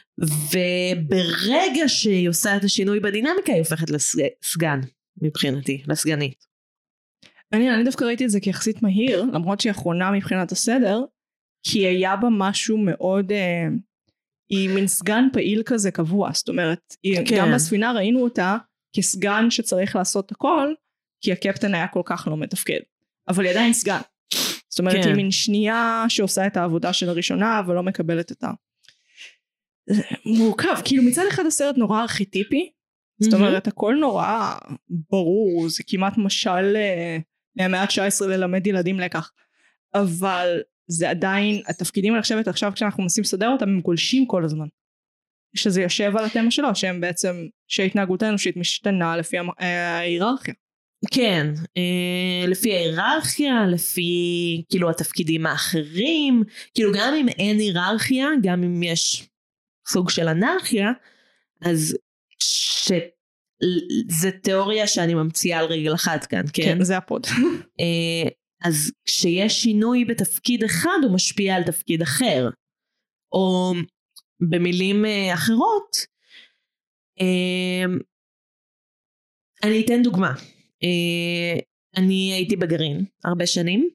וברגע שהיא עושה את השינוי בדינמיקה, היא הופכת לסגן, מבחינתי, לסגנית. אני, אני דווקא ראיתי את זה כיחסית מהיר, למרות שהיא האחרונה מבחינת הסדר, כי היה בה משהו מאוד, אה, היא מין סגן פעיל כזה קבוע, זאת אומרת, כן. גם בספינה ראינו אותה כסגן שצריך לעשות הכל, כי הקפטן היה כל כך לא מתפקד, אבל היא עדיין סגן, זאת אומרת, כן. היא מין שנייה שעושה את העבודה של הראשונה, אבל לא מקבלת את ה... מורכב, כאילו מצד אחד הסרט נורא ארכיטיפי, זאת אומרת, הכל נורא ברור, זה כמעט משל מהמאה ה-תשע עשרה ללמד ילדים לקח, אבל זה עדיין, התפקידים אני חושבת עכשיו כשאנחנו מנסים לסדר אותם, הם גולשים כל הזמן, שזה יושב על התמה שלו, שהם בעצם, שההתנהגות האנושית משתנה לפי ההיררכיה. כן, לפי ההיררכיה, לפי כאילו התפקידים האחרים, כאילו גם אם אין היררכיה, גם אם יש סוג של אנרכיה, אז שזה תיאוריה שאני ממציאה על רגל אחת כאן, כן? כן, זה הפוד. אז כשיש שינוי בתפקיד אחד, הוא משפיע על תפקיד אחר. או במילים אחרות, אני אתן דוגמה. אני הייתי בגרעין הרבה שנים,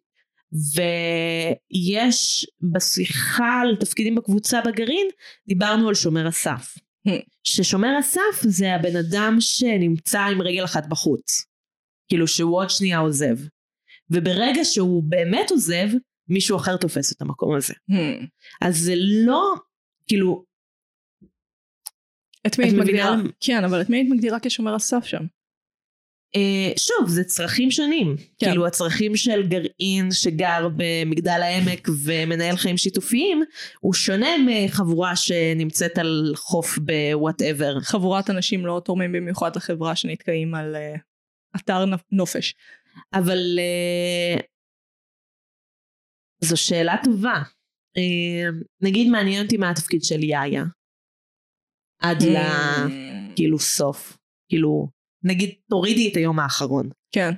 ויש בשיחה על תפקידים בקבוצה בגרעין, דיברנו על שומר הסף. ששומר הסף זה הבן אדם שנמצא עם רגל אחת בחוץ, כאילו שהוא עוד שנייה עוזב, וברגע שהוא באמת עוזב, מישהו אחר תופס את המקום הזה. אז זה לא, כאילו, את מי את מגדירה? כן, אבל את מי את מגדירה כשומר הסף שם? Uh, שוב, זה צרכים שונים, כן. כאילו הצרכים של גרעין שגר במגדל העמק ומנהל חיים שיתופיים, הוא שונה מחבורה שנמצאת על חוף בוואטאבר. חבורת אנשים לא תורמים במיוחד לחברה שנתקעים על uh, אתר נופש. אבל uh, זו שאלה טובה. Uh, נגיד מעניין אותי מה התפקיד של יאיה. עד ל... כאילו סוף. כאילו... נגיד תורידי את היום האחרון. כן.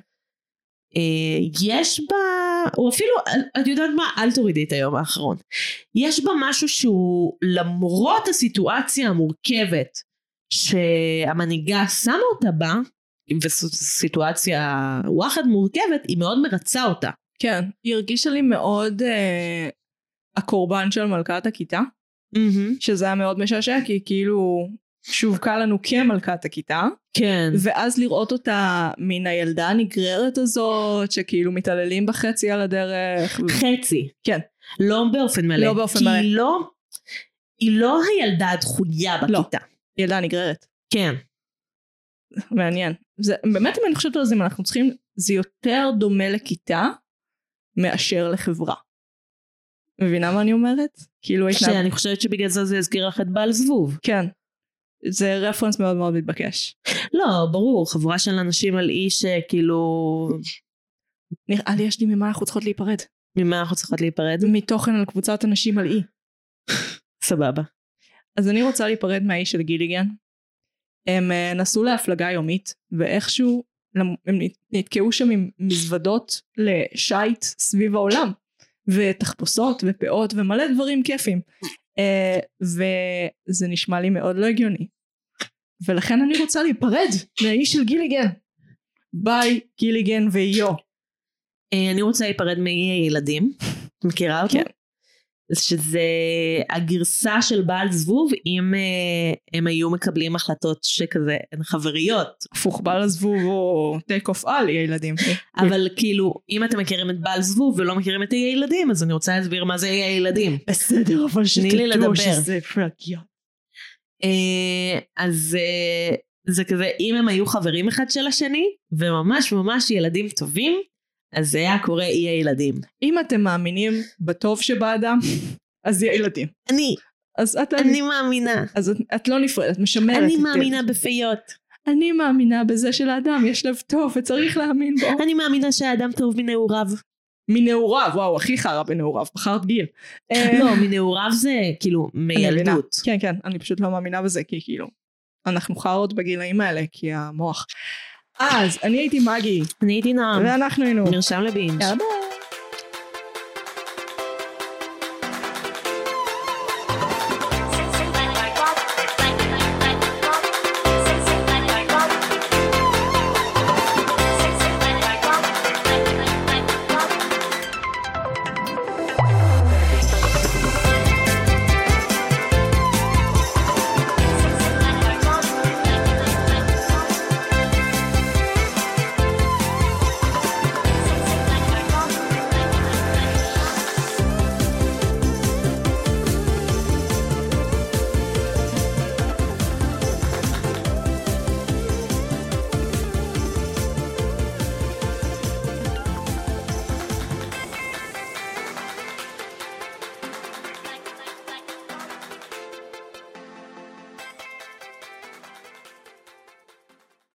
יש בה, או אפילו, את יודעת מה, אל תורידי את היום האחרון. יש בה משהו שהוא, למרות הסיטואציה המורכבת, שהמנהיגה שמה אותה בה, וסיטואציה וואחד מורכבת, היא מאוד מרצה אותה. כן, היא הרגישה לי מאוד אה, הקורבן של מלכת הכיתה, mm-hmm. שזה היה מאוד משעשע, כי כאילו... שווקה לנו כמלכת הכיתה, כן. ואז לראות אותה מן הילדה הנגררת הזאת, שכאילו מתעללים בחצי על הדרך. חצי. כן. לא באופן מלא. לא באופן מלא. כי היא לא, היא לא הילדה הדחויה בכיתה. לא, היא ילדה נגררת. כן. מעניין. זה, באמת אם אני חושבת על זה, אנחנו צריכים, זה יותר דומה לכיתה, מאשר לחברה. מבינה מה אני אומרת? כאילו שאני התנהג... חושבת שבגלל זה זה יזכיר לך את בעל זבוב. כן. זה רפרנס מאוד מאוד מתבקש. לא, ברור, חבורה של אנשים על אי שכאילו... נראה לי יש לי ממה אנחנו צריכות להיפרד. ממה אנחנו צריכות להיפרד? מתוכן על קבוצת אנשים על אי. סבבה. אז אני רוצה להיפרד מהאי של גיליגן. הם נסעו להפלגה יומית, ואיכשהו הם נתקעו שם עם מזוודות לשייט סביב העולם, ותחפושות ופאות ומלא דברים כיפים. Uh, וזה נשמע לי מאוד לא הגיוני, ולכן אני רוצה להיפרד מהאיש של גיליגן. ביי גיליגן ואיו. uh, אני רוצה להיפרד מאי הילדים. מכירה אותו? כן. שזה הגרסה של בעל זבוב, אם הם היו מקבלים החלטות שכזה, הן חבריות. הפוך, בעל הזבוב או טייק אוף על הילדים. אבל כאילו, אם אתם מכירים את בעל זבוב ולא מכירים את הילדים, אז אני רוצה להסביר מה זה הילדים. בסדר, אבל שתדעו שזה פלגיה. אז זה כזה, אם הם היו חברים אחד של השני, וממש ממש ילדים טובים, אז זה היה קורה אי הילדים. אם אתם מאמינים בטוב שבאדם, אז יהיה ילדים. אני, אז את אני מאמינה. אז את, את לא נפרדת, את משמרת. אני מאמינה בפיות. אני מאמינה בזה שלאדם יש לב טוב וצריך להאמין בו. אני מאמינה שהאדם טוב מנעוריו. מנעוריו, וואו, הכי חרא בנעוריו, בחרת גיל. לא, מנעוריו זה כאילו מילדות. כן, כן, אני פשוט לא מאמינה בזה, כי כאילו, אנחנו חרות בגילאים האלה, כי המוח. אז, אני הייתי מגי. אני הייתי נועם. ואנחנו היינו. מרשם לבינג'. יאללה ביי.